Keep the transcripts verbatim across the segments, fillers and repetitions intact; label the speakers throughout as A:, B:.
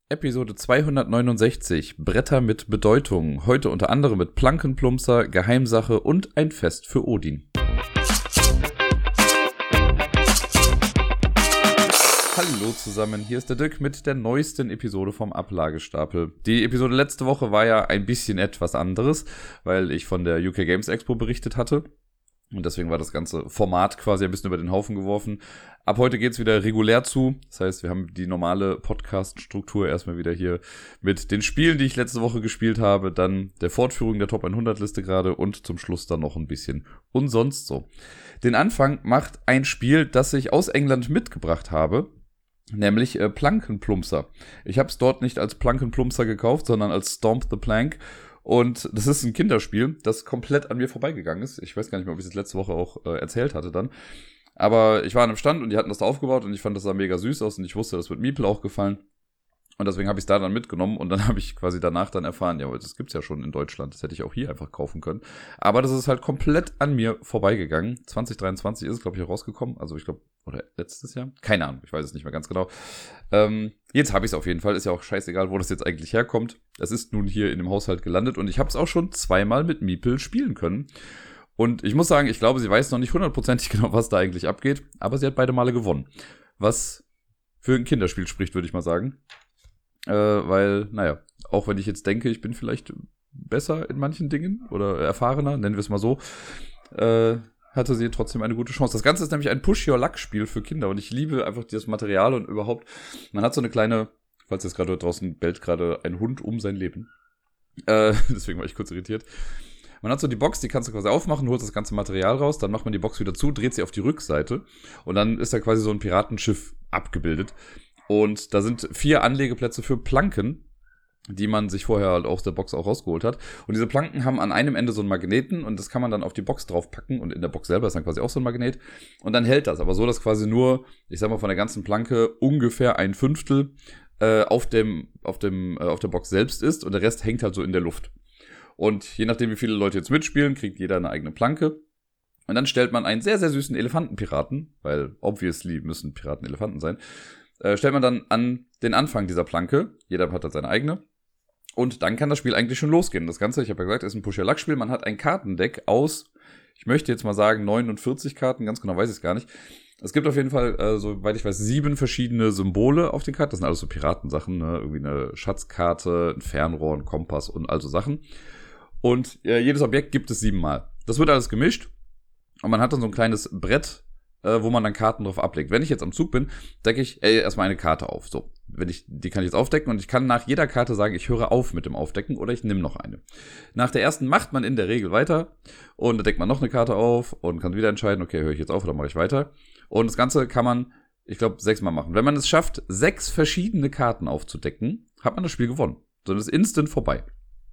A: Episode zweihundertneunundsechzig, Bretter mit Bedeutung. Heute unter anderem mit Plankenplumpser, Geheimsache und ein Fest für Odin. Hallo zusammen, hier ist der Dirk mit der neuesten Episode vom Ablagestapel. Die Episode letzte Woche war ja ein bisschen etwas anderes, weil ich von der U K Games Expo berichtet hatte. Und deswegen war das ganze Format quasi ein bisschen über den Haufen geworfen. Ab heute geht's wieder regulär zu. Das heißt, wir haben die normale Podcast-Struktur erstmal wieder hier mit den Spielen, die ich letzte Woche gespielt habe, dann der Fortführung der Top hundert-Liste gerade und zum Schluss dann noch ein bisschen und sonst so. Den Anfang macht ein Spiel, das ich aus England mitgebracht habe, nämlich äh, Plankenplumpser. Ich habe es dort nicht als Plankenplumpser gekauft, sondern als Stomp the Plank. Und das ist ein Kinderspiel, das komplett an mir vorbeigegangen ist. Ich weiß gar nicht mehr, ob ich es letzte Woche auch äh, erzählt hatte dann. Aber ich war an einem Stand und die hatten das da aufgebaut und ich fand das sah mega süß aus und ich wusste, das wird Miepel auch gefallen. Und deswegen habe ich es da dann mitgenommen und dann habe ich quasi danach dann erfahren, ja, das gibt's ja schon in Deutschland, das hätte ich auch hier einfach kaufen können. Aber das ist halt komplett an mir vorbeigegangen. zwanzig dreiundzwanzig ist es, glaube ich, auch rausgekommen. Also ich glaube, oder letztes Jahr? Keine Ahnung, ich weiß es nicht mehr ganz genau. Ähm, jetzt habe ich es auf jeden Fall, ist ja auch scheißegal, wo das jetzt eigentlich herkommt. Es ist nun hier in dem Haushalt gelandet und ich habe es auch schon zweimal mit Miepel spielen können. Und ich muss sagen, ich glaube, sie weiß noch nicht hundertprozentig genau, was da eigentlich abgeht, aber sie hat beide Male gewonnen. Was für ein Kinderspiel spricht, würde ich mal sagen. Äh, weil, naja, auch wenn ich jetzt denke, ich bin vielleicht besser in manchen Dingen oder erfahrener, nennen wir es mal so, äh, hatte sie trotzdem eine gute Chance. Das Ganze ist nämlich ein Push-Your-Luck-Spiel für Kinder und ich liebe einfach dieses Material und überhaupt, man hat so eine kleine, falls jetzt gerade draußen bellt gerade ein Hund um sein Leben, äh, deswegen war ich kurz irritiert. Man hat so die Box, die kannst du quasi aufmachen, holst das ganze Material raus, dann macht man die Box wieder zu, dreht sie auf die Rückseite und dann ist da quasi so ein Piratenschiff abgebildet. Und da sind vier Anlegeplätze für Planken, die man sich vorher halt aus der Box auch rausgeholt hat. Und diese Planken haben an einem Ende so einen Magneten und das kann man dann auf die Box draufpacken und in der Box selber ist dann quasi auch so ein Magnet. Und dann hält das, aber so, dass quasi nur, ich sag mal von der ganzen Planke ungefähr ein Fünftel äh, auf dem, auf dem, äh, auf der Box selbst ist und der Rest hängt halt so in der Luft. Und je nachdem, wie viele Leute jetzt mitspielen, kriegt jeder eine eigene Planke. Und dann stellt man einen sehr, sehr süßen Elefantenpiraten, weil obviously müssen Piraten Elefanten sein, äh, stellt man dann an den Anfang dieser Planke. Jeder hat dann seine eigene. Und dann kann das Spiel eigentlich schon losgehen. Das Ganze, ich habe ja gesagt, ist ein Push-Your-Luck-Spiel. Man hat ein Kartendeck aus, ich möchte jetzt mal sagen, neunundvierzig Karten. Ganz genau weiß ich es gar nicht. Es gibt auf jeden Fall, äh, soweit ich weiß, sieben verschiedene Symbole auf den Karten. Das sind alles so Piratensachen, ne? Irgendwie eine Schatzkarte, ein Fernrohr, ein Kompass und all so Sachen. Und äh, jedes Objekt gibt es siebenmal. Das wird alles gemischt. Und man hat dann so ein kleines Brett, äh, wo man dann Karten drauf ablegt. Wenn ich jetzt am Zug bin, decke ich äh, erstmal eine Karte auf. So, wenn ich, die kann ich jetzt aufdecken und ich kann nach jeder Karte sagen, ich höre auf mit dem Aufdecken oder ich nehme noch eine. Nach der ersten macht man in der Regel weiter und dann deckt man noch eine Karte auf und kann wieder entscheiden, okay, höre ich jetzt auf oder mache ich weiter. Und das Ganze kann man, ich glaube, sechsmal machen. Wenn man es schafft, sechs verschiedene Karten aufzudecken, hat man das Spiel gewonnen. So, das ist instant vorbei.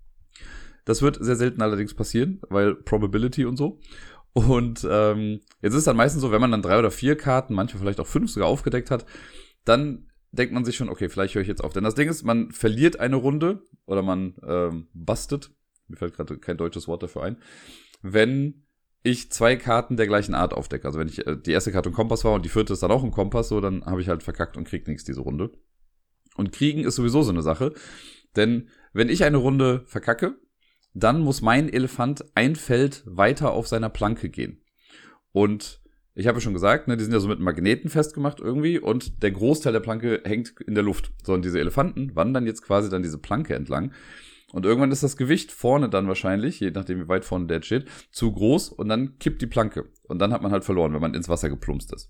A: Das wird sehr selten allerdings passieren, weil Probability und so. Und ähm, jetzt ist es dann meistens so, wenn man dann drei oder vier Karten, manchmal vielleicht auch fünf sogar aufgedeckt hat, dann denkt man sich schon, okay, vielleicht höre ich jetzt auf. Denn das Ding ist, man verliert eine Runde oder man ähm, bustet, mir fällt gerade kein deutsches Wort dafür ein, wenn ich zwei Karten der gleichen Art aufdecke. Also wenn ich äh, die erste Karte ein Kompass war und die vierte ist dann auch ein Kompass, so dann habe ich halt verkackt und krieg nichts diese Runde. Und kriegen ist sowieso so eine Sache, denn wenn ich eine Runde verkacke, dann muss mein Elefant ein Feld weiter auf seiner Planke gehen. Und ich habe ja schon gesagt, ne, die sind ja so mit Magneten festgemacht irgendwie und der Großteil der Planke hängt in der Luft. So, und diese Elefanten wandern jetzt quasi dann diese Planke entlang. Und irgendwann ist das Gewicht vorne dann wahrscheinlich, je nachdem wie weit vorne der steht, zu groß und dann kippt die Planke. Und dann hat man halt verloren, wenn man ins Wasser geplumpst ist.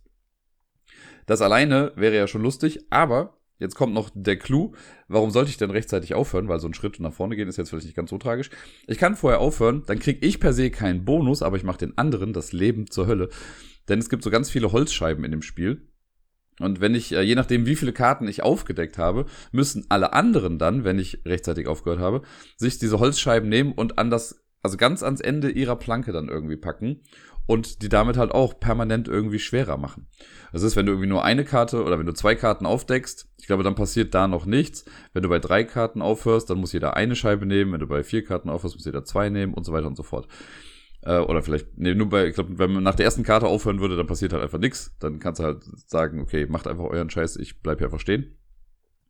A: Das alleine wäre ja schon lustig, aber jetzt kommt noch der Clou. Warum sollte ich denn rechtzeitig aufhören? Weil so ein Schritt nach vorne gehen ist jetzt vielleicht nicht ganz so tragisch. Ich kann vorher aufhören, dann kriege ich per se keinen Bonus, aber ich mache den anderen das Leben zur Hölle. Denn es gibt so ganz viele Holzscheiben in dem Spiel. Und wenn ich, je nachdem wie viele Karten ich aufgedeckt habe, müssen alle anderen dann, wenn ich rechtzeitig aufgehört habe, sich diese Holzscheiben nehmen und an das, also ganz ans Ende ihrer Planke dann irgendwie packen. Und die damit halt auch permanent irgendwie schwerer machen. Das ist, wenn du irgendwie nur eine Karte oder wenn du zwei Karten aufdeckst, ich glaube, dann passiert da noch nichts. Wenn du bei drei Karten aufhörst, dann muss jeder eine Scheibe nehmen. Wenn du bei vier Karten aufhörst, muss jeder zwei nehmen und so weiter und so fort. Äh, oder vielleicht, nee, nur bei, ich glaube, wenn man nach der ersten Karte aufhören würde, dann passiert halt einfach nichts. Dann kannst du halt sagen, okay, macht einfach euren Scheiß, ich bleib hier einfach stehen.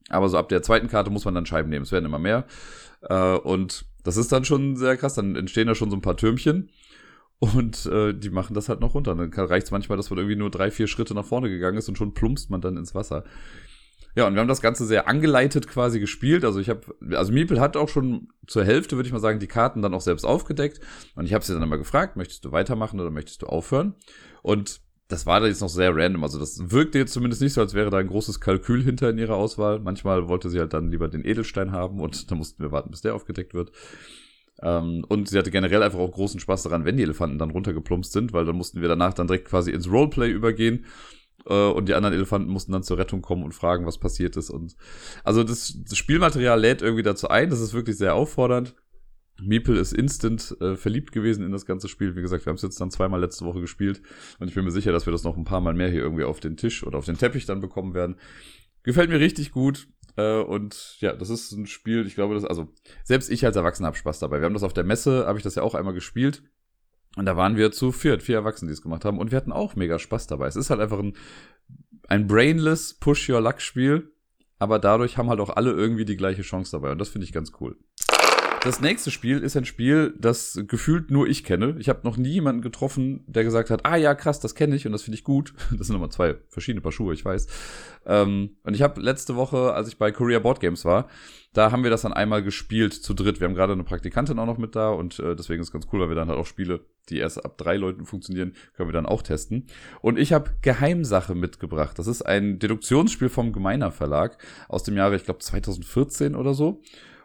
A: Aber so ab der zweiten Karte muss man dann Scheiben nehmen. Es werden immer mehr. Äh, und das ist dann schon sehr krass. Dann entstehen da schon so ein paar Türmchen. Und äh, die machen das halt noch runter. Dann reicht es manchmal, dass man irgendwie nur drei, vier Schritte nach vorne gegangen ist und schon plumpst man dann ins Wasser. Ja, und wir haben das Ganze sehr angeleitet quasi gespielt. Also ich habe, also Meeple hat auch schon zur Hälfte, würde ich mal sagen, die Karten dann auch selbst aufgedeckt. Und ich habe sie dann immer gefragt, möchtest du weitermachen oder möchtest du aufhören? Und das war da jetzt noch sehr random. Also das wirkte jetzt zumindest nicht so, als wäre da ein großes Kalkül hinter in ihrer Auswahl. Manchmal wollte sie halt dann lieber den Edelstein haben und da mussten wir warten, bis der aufgedeckt wird. Ähm, und sie hatte generell einfach auch großen Spaß daran, wenn die Elefanten dann runtergeplumpst sind, weil dann mussten wir danach dann direkt quasi ins Roleplay übergehen. Und die anderen Elefanten mussten dann zur Rettung kommen und fragen, was passiert ist. Und also das, das Spielmaterial lädt irgendwie dazu ein. Das ist wirklich sehr auffordernd. Meeple ist instant äh, verliebt gewesen in das ganze Spiel. Wie gesagt, wir haben es jetzt dann zweimal letzte Woche gespielt. Und ich bin mir sicher, dass wir das noch ein paar Mal mehr hier irgendwie auf den Tisch oder auf den Teppich dann bekommen werden. Gefällt mir richtig gut. Äh, und ja, das ist ein Spiel, ich glaube, das, also selbst ich als Erwachsener habe Spaß dabei. Wir haben das auf der Messe, habe ich das ja auch einmal gespielt. Und da waren wir zu viert, vier Erwachsene, die es gemacht haben. Und wir hatten auch mega Spaß dabei. Es ist halt einfach ein, ein brainless Push-Your-Luck-Spiel. Aber dadurch haben halt auch alle irgendwie die gleiche Chance dabei. Und das finde ich ganz cool. Das nächste Spiel ist ein Spiel, das gefühlt nur ich kenne. Ich habe noch nie jemanden getroffen, der gesagt hat, ah ja, krass, das kenne ich und das finde ich gut. Das sind nochmal zwei verschiedene Paar Schuhe, ich weiß. Ähm, und ich habe letzte Woche, als ich bei Korea Board Games war, da haben wir das dann einmal gespielt zu dritt. Wir haben gerade eine Praktikantin auch noch mit da und äh, deswegen ist es ganz cool, weil wir dann halt auch Spiele, die erst ab drei Leuten funktionieren, können wir dann auch testen. Und ich habe Geheimsache mitgebracht. Das ist ein Deduktionsspiel vom Gemeiner Verlag aus dem Jahre, ich glaube, zwanzig vierzehn oder so.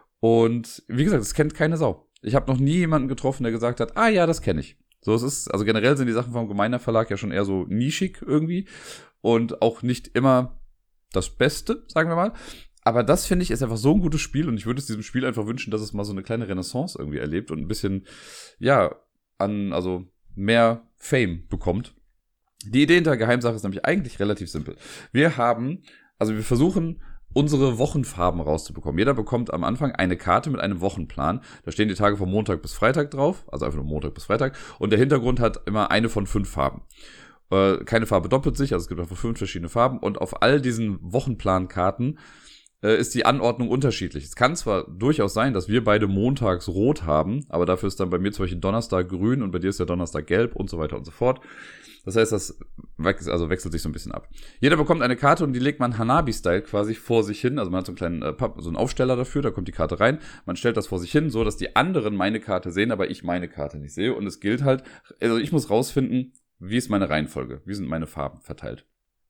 A: Und wie gesagt, das kennt keine Sau. Ich habe noch nie jemanden getroffen, der gesagt hat, ah ja, das kenne ich. So, es ist, also generell sind die Sachen vom Gemeiner Verlag ja schon eher so nischig irgendwie und auch nicht immer das Beste, sagen wir mal. Aber das, finde ich, ist einfach so ein gutes Spiel und ich würde es diesem Spiel einfach wünschen, dass es mal so eine kleine Renaissance irgendwie erlebt und ein bisschen, ja, an, also mehr Fame bekommt. Die Idee hinter Geheimsache ist nämlich eigentlich relativ simpel. Wir haben, also wir versuchen, unsere Wochenfarben rauszubekommen. Jeder bekommt am Anfang eine Karte mit einem Wochenplan. Da stehen die Tage von Montag bis Freitag drauf, also einfach nur Montag bis Freitag. Und der Hintergrund hat immer eine von fünf Farben. Äh, keine Farbe doppelt sich, also es gibt einfach fünf verschiedene Farben. Und auf all diesen Wochenplankarten äh, ist die Anordnung unterschiedlich. Es kann zwar durchaus sein, dass wir beide montags rot haben, aber dafür ist dann bei mir zum Beispiel Donnerstag grün und bei dir ist der Donnerstag gelb und so weiter und so fort. Das heißt, das wechselt, also wechselt sich so ein bisschen ab. Jeder bekommt eine Karte und die legt man Hanabi-Style quasi vor sich hin. Also man hat so einen kleinen äh, Papp, so einen Aufsteller dafür, da kommt die Karte rein. Man stellt das vor sich hin, so dass die anderen meine Karte sehen, aber ich meine Karte nicht sehe. Und es gilt halt, also ich muss rausfinden, wie ist meine Reihenfolge, wie sind meine Farben verteilt.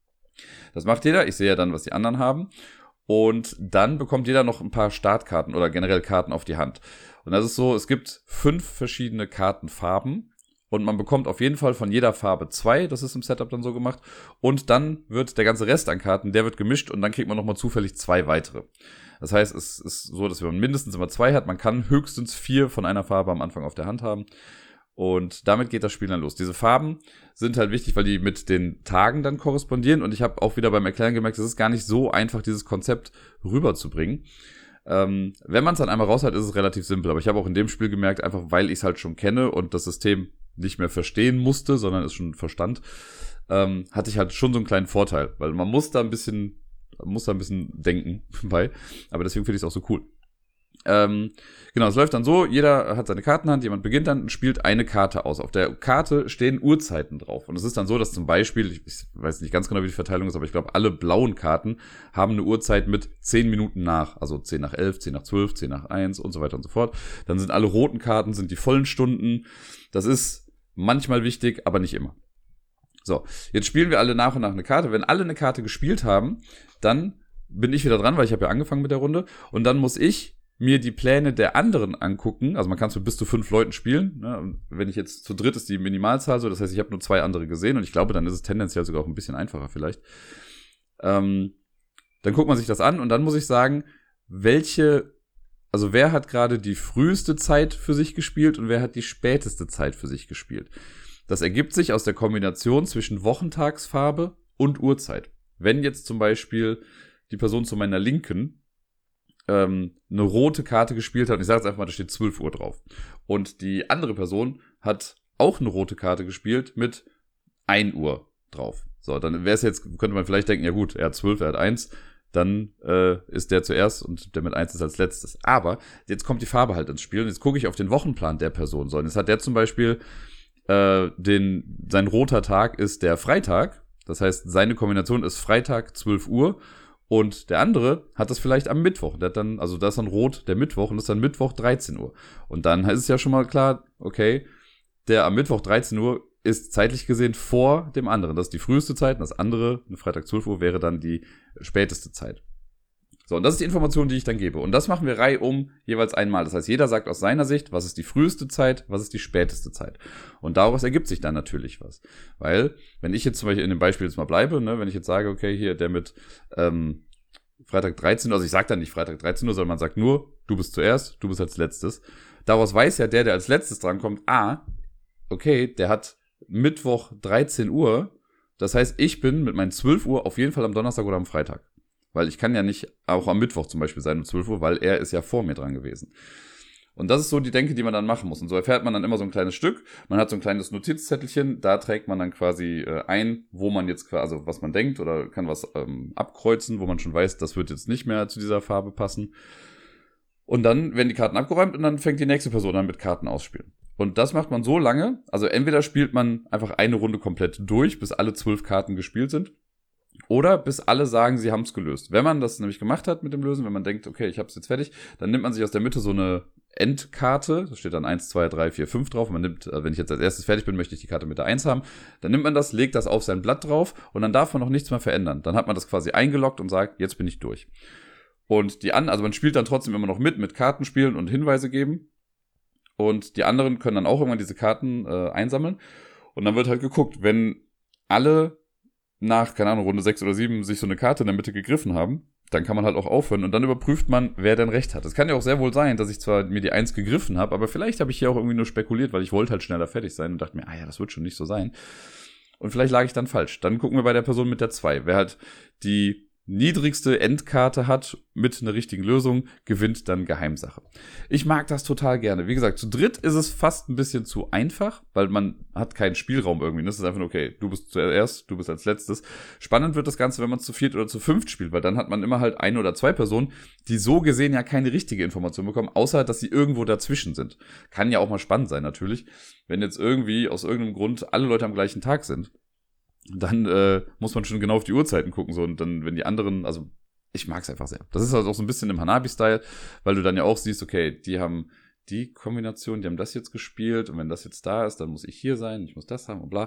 A: Das macht jeder. Ich sehe ja dann, was die anderen haben. Und dann bekommt jeder noch ein paar Startkarten oder generell Karten auf die Hand. Und das ist so, es gibt fünf verschiedene Kartenfarben. Und man bekommt auf jeden Fall von jeder Farbe zwei, das ist im Setup dann so gemacht. Und dann wird der ganze Rest an Karten, der wird gemischt und dann kriegt man nochmal zufällig zwei weitere. Das heißt, es ist so, dass man mindestens immer zwei hat. Man kann höchstens vier von einer Farbe am Anfang auf der Hand haben. Und damit geht das Spiel dann los. Diese Farben sind halt wichtig, weil die mit den Tagen dann korrespondieren. Und ich habe auch wieder beim Erklären gemerkt, es ist gar nicht so einfach, dieses Konzept rüberzubringen. Ähm, wenn man es dann einmal raus hat, ist es relativ simpel. Aber ich habe auch in dem Spiel gemerkt, einfach weil ich es halt schon kenne und das System nicht mehr verstehen musste, sondern es schon verstand, ähm, hatte ich halt schon so einen kleinen Vorteil, weil man muss da ein bisschen, muss da ein bisschen denken bei, aber deswegen finde ich es auch so cool. Ähm, genau, es läuft dann so, jeder hat seine Kartenhand, jemand beginnt dann und spielt eine Karte aus. Auf der Karte stehen Uhrzeiten drauf. Und es ist dann so, dass zum Beispiel, ich, ich weiß nicht ganz genau, wie die Verteilung ist, aber ich glaube, alle blauen Karten haben eine Uhrzeit mit zehn Minuten nach. Also zehn nach elf, zehn nach zwölf, zehn nach eins und so weiter und so fort. Dann sind alle roten Karten, sind die vollen Stunden. Das ist manchmal wichtig, aber nicht immer. So, jetzt spielen wir alle nach und nach eine Karte. Wenn alle eine Karte gespielt haben, dann bin ich wieder dran, weil ich habe ja angefangen mit der Runde. Und dann muss ich mir die Pläne der anderen angucken. Also man kann es mit bis zu fünf Leuten spielen. Ne? Und wenn ich jetzt zu dritt ist die Minimalzahl so, das heißt, ich habe nur zwei andere gesehen und ich glaube, dann ist es tendenziell sogar auch ein bisschen einfacher vielleicht. Ähm, dann guckt man sich das an und dann muss ich sagen, welche, also wer hat gerade die früheste Zeit für sich gespielt und wer hat die späteste Zeit für sich gespielt. Das ergibt sich aus der Kombination zwischen Wochentagsfarbe und Uhrzeit. Wenn jetzt zum Beispiel die Person zu meiner Linken ähm, eine rote Karte gespielt hat, und ich sage jetzt einfach mal, da steht zwölf Uhr drauf, und die andere Person hat auch eine rote Karte gespielt mit ein Uhr drauf. So, dann wäre es jetzt, könnte man vielleicht denken, ja gut, er hat zwölf, er hat eins, dann äh, ist der zuerst und der mit eins ist als letztes. Aber jetzt kommt die Farbe halt ins Spiel und jetzt gucke ich auf den Wochenplan der Person. So, und jetzt hat der zum Beispiel äh, den, sein roter Tag ist der Freitag. Das heißt, seine Kombination ist Freitag zwölf Uhr und der andere hat das vielleicht am Mittwoch. Der hat dann, also das ist dann rot der Mittwoch und das ist dann Mittwoch dreizehn Uhr. Und dann ist es ja schon mal klar, okay, der am Mittwoch dreizehn Uhr ist zeitlich gesehen vor dem anderen. Das ist die früheste Zeit und das andere, Freitag zwölf Uhr, wäre dann die späteste Zeit. So, und das ist die Information, die ich dann gebe. Und das machen wir reihum jeweils einmal. Das heißt, jeder sagt aus seiner Sicht, was ist die früheste Zeit, was ist die späteste Zeit. Und daraus ergibt sich dann natürlich was. Weil, wenn ich jetzt zum Beispiel in dem Beispiel jetzt mal bleibe, ne, wenn ich jetzt sage, okay, hier der mit ähm, Freitag dreizehn Uhr, also ich sage dann nicht Freitag dreizehn Uhr, sondern man sagt nur, du bist zuerst, du bist als letztes. Daraus weiß ja der, der als letztes drankommt, ah, okay, der hat Mittwoch dreizehn Uhr. Das heißt, ich bin mit meinen zwölf Uhr auf jeden Fall am Donnerstag oder am Freitag. Weil ich kann ja nicht auch am Mittwoch zum Beispiel sein um zwölf Uhr, weil er ist ja vor mir dran gewesen. Und das ist so die Denke, die man dann machen muss. Und so erfährt man dann immer so ein kleines Stück. Man hat so ein kleines Notizzettelchen, da trägt man dann quasi äh, ein, wo man jetzt quasi, also was man denkt oder kann was ähm, abkreuzen, wo man schon weiß, das wird jetzt nicht mehr zu dieser Farbe passen. Und dann werden die Karten abgeräumt und dann fängt die nächste Person an mit Karten ausspielen. Und das macht man so lange, also entweder spielt man einfach eine Runde komplett durch, bis alle zwölf Karten gespielt sind. Oder bis alle sagen, sie haben es gelöst. Wenn man das nämlich gemacht hat mit dem Lösen, wenn man denkt, okay, ich habe es jetzt fertig, dann nimmt man sich aus der Mitte so eine Endkarte, da steht dann eins, zwei, drei, vier, fünf drauf. Man nimmt, wenn ich jetzt als erstes fertig bin, möchte ich die Karte Mitte eins haben. Dann nimmt man das, legt das auf sein Blatt drauf und dann darf man noch nichts mehr verändern. Dann hat man das quasi eingeloggt und sagt, jetzt bin ich durch. Und die an, also man spielt dann trotzdem immer noch mit, mit Karten spielen und Hinweise geben. Und die anderen können dann auch irgendwann diese Karten äh, einsammeln. Und dann wird halt geguckt, wenn alle nach, keine Ahnung, Runde sechs oder sieben sich so eine Karte in der Mitte gegriffen haben, dann kann man halt auch aufhören und dann überprüft man, wer denn recht hat. Es kann ja auch sehr wohl sein, dass ich zwar mir die eins gegriffen habe, aber vielleicht habe ich hier auch irgendwie nur spekuliert, weil ich wollte halt schneller fertig sein und dachte mir, ah ja, das wird schon nicht so sein. Und vielleicht lag ich dann falsch. Dann gucken wir bei der Person mit der zwei. Wer halt die niedrigste Endkarte hat mit einer richtigen Lösung, gewinnt dann Geheimsache. Ich mag das total gerne. Wie gesagt, zu dritt ist es fast ein bisschen zu einfach, weil man hat keinen Spielraum irgendwie. Das ist einfach nur, okay, du bist zuerst, du bist als letztes. Spannend wird das Ganze, wenn man es zu viert oder zu fünft spielt, weil dann hat man immer halt eine oder zwei Personen, die so gesehen ja keine richtige Information bekommen, außer dass sie irgendwo dazwischen sind. Kann ja auch mal spannend sein natürlich, wenn jetzt irgendwie aus irgendeinem Grund alle Leute am gleichen Tag sind. Dann äh, muss man schon genau auf die Uhrzeiten gucken. So. Und dann, wenn die anderen, also ich mag es einfach sehr. Das ist halt auch so ein bisschen im Hanabi-Style, weil du dann ja auch siehst, okay, die haben die Kombination, die haben das jetzt gespielt und wenn das jetzt da ist, dann muss ich hier sein, ich muss das haben und bla.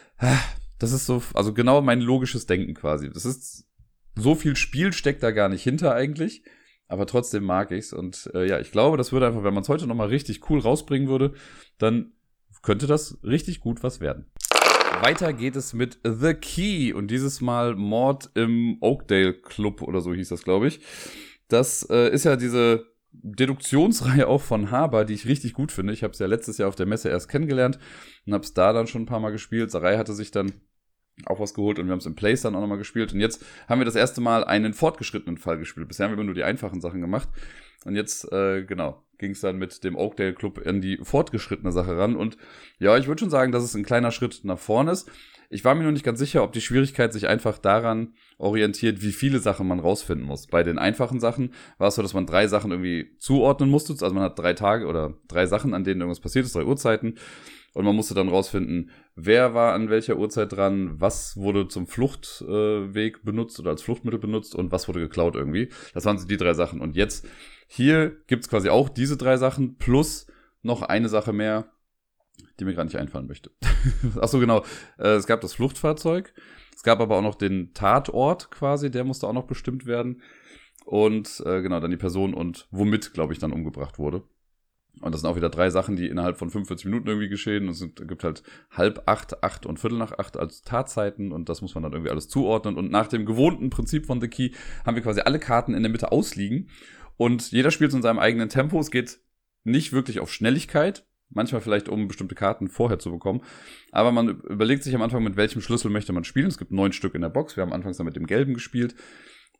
A: Das ist so, also genau mein logisches Denken quasi. Das ist, so viel Spiel steckt da gar nicht hinter eigentlich, aber trotzdem mag ich's. Und äh, ja, ich glaube, das würde einfach, wenn man es heute nochmal richtig cool rausbringen würde, dann könnte das richtig gut was werden. Weiter geht es mit The Key und dieses Mal Mord im Oakdale Club oder so hieß das, glaube ich. Das äh, ist ja diese Deduktionsreihe auch von Haber, die ich richtig gut finde. Ich habe es ja letztes Jahr auf der Messe erst kennengelernt und habe es da dann schon ein paar Mal gespielt. Sarai hatte sich dann auch was geholt und wir haben es im Place dann auch nochmal gespielt. Und jetzt haben wir das erste Mal einen fortgeschrittenen Fall gespielt. Bisher haben wir immer nur die einfachen Sachen gemacht. Und jetzt, äh, genau, ging es dann mit dem Oakdale Club an die fortgeschrittene Sache ran. Und ja, ich würde schon sagen, dass es ein kleiner Schritt nach vorne ist. Ich war mir nur nicht ganz sicher, ob die Schwierigkeit sich einfach daran orientiert, wie viele Sachen man rausfinden muss. Bei den einfachen Sachen war es so, dass man drei Sachen irgendwie zuordnen musste. Also man hat drei Tage oder drei Sachen, an denen irgendwas passiert ist, drei Uhrzeiten. Und man musste dann rausfinden, wer war an welcher Uhrzeit dran, was wurde zum Fluchtweg äh, benutzt oder als Fluchtmittel benutzt und was wurde geklaut irgendwie. Das waren so die drei Sachen. Und jetzt, hier gibt's quasi auch diese drei Sachen plus noch eine Sache mehr, die mir gerade nicht einfallen möchte. Ach so, genau. Äh, es gab das Fluchtfahrzeug. Es gab aber auch noch den Tatort quasi, der musste auch noch bestimmt werden. Und äh, genau, dann die Person und womit, glaube ich, dann umgebracht wurde. Und das sind auch wieder drei Sachen, die innerhalb von fünfundvierzig Minuten irgendwie geschehen. Und es gibt halt halb acht, acht und viertel nach acht als Tatzeiten. Und das muss man dann irgendwie alles zuordnen. Und nach dem gewohnten Prinzip von The Key haben wir quasi alle Karten in der Mitte ausliegen. Und jeder spielt in seinem eigenen Tempo. Es geht nicht wirklich auf Schnelligkeit. Manchmal vielleicht, um bestimmte Karten vorher zu bekommen. Aber man überlegt sich am Anfang, mit welchem Schlüssel möchte man spielen. Es gibt neun Stück in der Box. Wir haben anfangs dann mit dem gelben gespielt.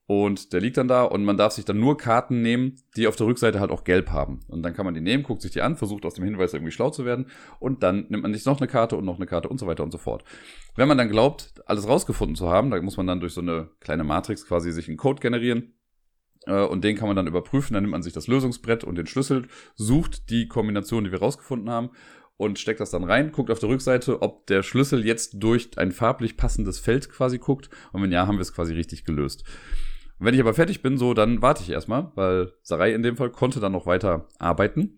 A: Und der liegt dann da und man darf sich dann nur Karten nehmen, die auf der Rückseite halt auch gelb haben. Und dann kann man die nehmen, guckt sich die an, versucht aus dem Hinweis irgendwie schlau zu werden und dann nimmt man sich noch eine Karte und noch eine Karte und so weiter und so fort. Wenn man dann glaubt, alles rausgefunden zu haben, da muss man dann durch so eine kleine Matrix quasi sich einen Code generieren äh, und den kann man dann überprüfen. Dann nimmt man sich das Lösungsbrett und den Schlüssel, sucht die Kombination, die wir rausgefunden haben und steckt das dann rein, guckt auf der Rückseite, ob der Schlüssel jetzt durch ein farblich passendes Feld quasi guckt und wenn ja, haben wir es quasi richtig gelöst. Wenn ich aber fertig bin, so, dann warte ich erstmal, weil Sarai in dem Fall konnte dann noch weiter arbeiten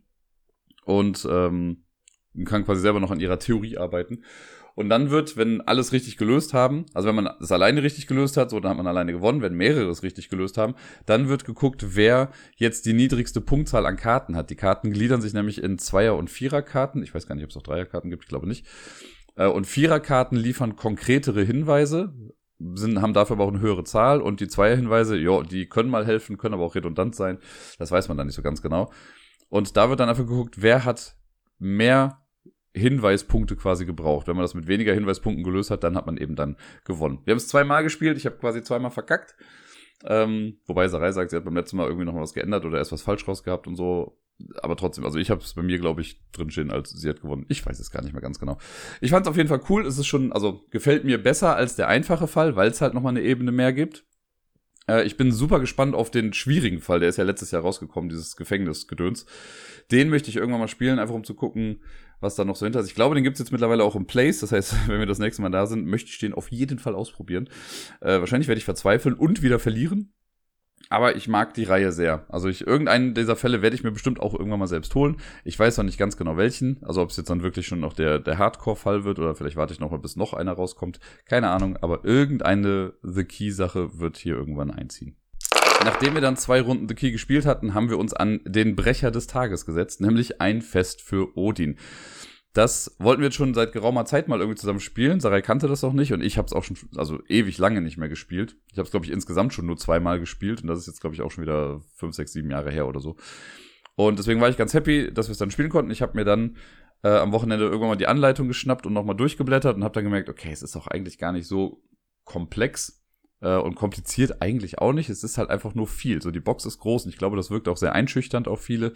A: und ähm, kann quasi selber noch an ihrer Theorie arbeiten. Und dann wird, wenn alles richtig gelöst haben, also wenn man es alleine richtig gelöst hat, so, dann hat man alleine gewonnen. Wenn mehrere es richtig gelöst haben, dann wird geguckt, wer jetzt die niedrigste Punktzahl an Karten hat. Die Karten gliedern sich nämlich in Zweier- und Viererkarten. Ich weiß gar nicht, ob es auch Dreierkarten gibt, ich glaube nicht. Und Viererkarten liefern konkretere Hinweise, sind, haben dafür aber auch eine höhere Zahl und die Zweierhinweise, ja, die können mal helfen, können aber auch redundant sein. Das weiß man dann nicht so ganz genau. Und da wird dann einfach geguckt, wer hat mehr Hinweispunkte quasi gebraucht. Wenn man das mit weniger Hinweispunkten gelöst hat, dann hat man eben dann gewonnen. Wir haben es zweimal gespielt, ich habe quasi zweimal verkackt. Ähm, wobei Sarai sagt, sie hat beim letzten Mal irgendwie noch mal was geändert oder erst was falsch rausgehabt und so. Aber trotzdem, also ich habe es bei mir, glaube ich, drinstehen, als sie hat gewonnen. Ich weiß es gar nicht mehr ganz genau. Ich fand es auf jeden Fall cool. Es ist schon, also gefällt mir besser als der einfache Fall, weil es halt nochmal eine Ebene mehr gibt. Äh, ich bin super gespannt auf den schwierigen Fall. Der ist ja letztes Jahr rausgekommen, dieses Gefängnisgedöns. Den möchte ich irgendwann mal spielen, einfach um zu gucken, was da noch so hinter ist. Ich glaube, den gibt es jetzt mittlerweile auch im Place. Das heißt, wenn wir das nächste Mal da sind, möchte ich den auf jeden Fall ausprobieren. Äh, wahrscheinlich werde ich verzweifeln und wieder verlieren. Aber ich mag die Reihe sehr. Also ich, irgendeinen dieser Fälle werde ich mir bestimmt auch irgendwann mal selbst holen. Ich weiß noch nicht ganz genau welchen. Also ob es jetzt dann wirklich schon noch der, der Hardcore-Fall wird oder vielleicht warte ich noch mal, bis noch einer rauskommt. Keine Ahnung, aber irgendeine The Key-Sache wird hier irgendwann einziehen. Nachdem wir dann zwei Runden The Key gespielt hatten, haben wir uns an den Brecher des Tages gesetzt, nämlich ein Fest für Odin. Das wollten wir jetzt schon seit geraumer Zeit mal irgendwie zusammen spielen. Sarai kannte das auch nicht und ich habe es auch schon, also ewig lange nicht mehr gespielt. Ich habe es, glaube ich, insgesamt schon nur zweimal gespielt und das ist jetzt, glaube ich, auch schon wieder fünf, sechs, sieben Jahre her oder so. Und deswegen war ich ganz happy, dass wir es dann spielen konnten. Ich habe mir dann äh, am Wochenende irgendwann mal die Anleitung geschnappt und nochmal durchgeblättert und habe dann gemerkt, okay, es ist auch eigentlich gar nicht so komplex äh, und kompliziert eigentlich auch nicht. Es ist halt einfach nur viel. So, die Box ist groß und ich glaube, das wirkt auch sehr einschüchternd auf viele.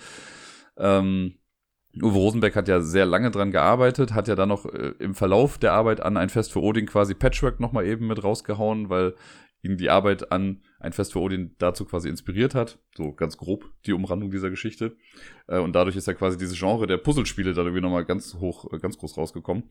A: Ähm, Uwe Rosenberg hat ja sehr lange dran gearbeitet, hat ja dann noch äh, im Verlauf der Arbeit an ein Fest für Odin quasi Patchwork nochmal eben mit rausgehauen, weil ihn die Arbeit an ein Fest für Odin dazu quasi inspiriert hat. So ganz grob die Umrandung dieser Geschichte. Äh, und dadurch ist ja quasi dieses Genre der Puzzlespiele da irgendwie nochmal ganz hoch, äh, ganz groß rausgekommen.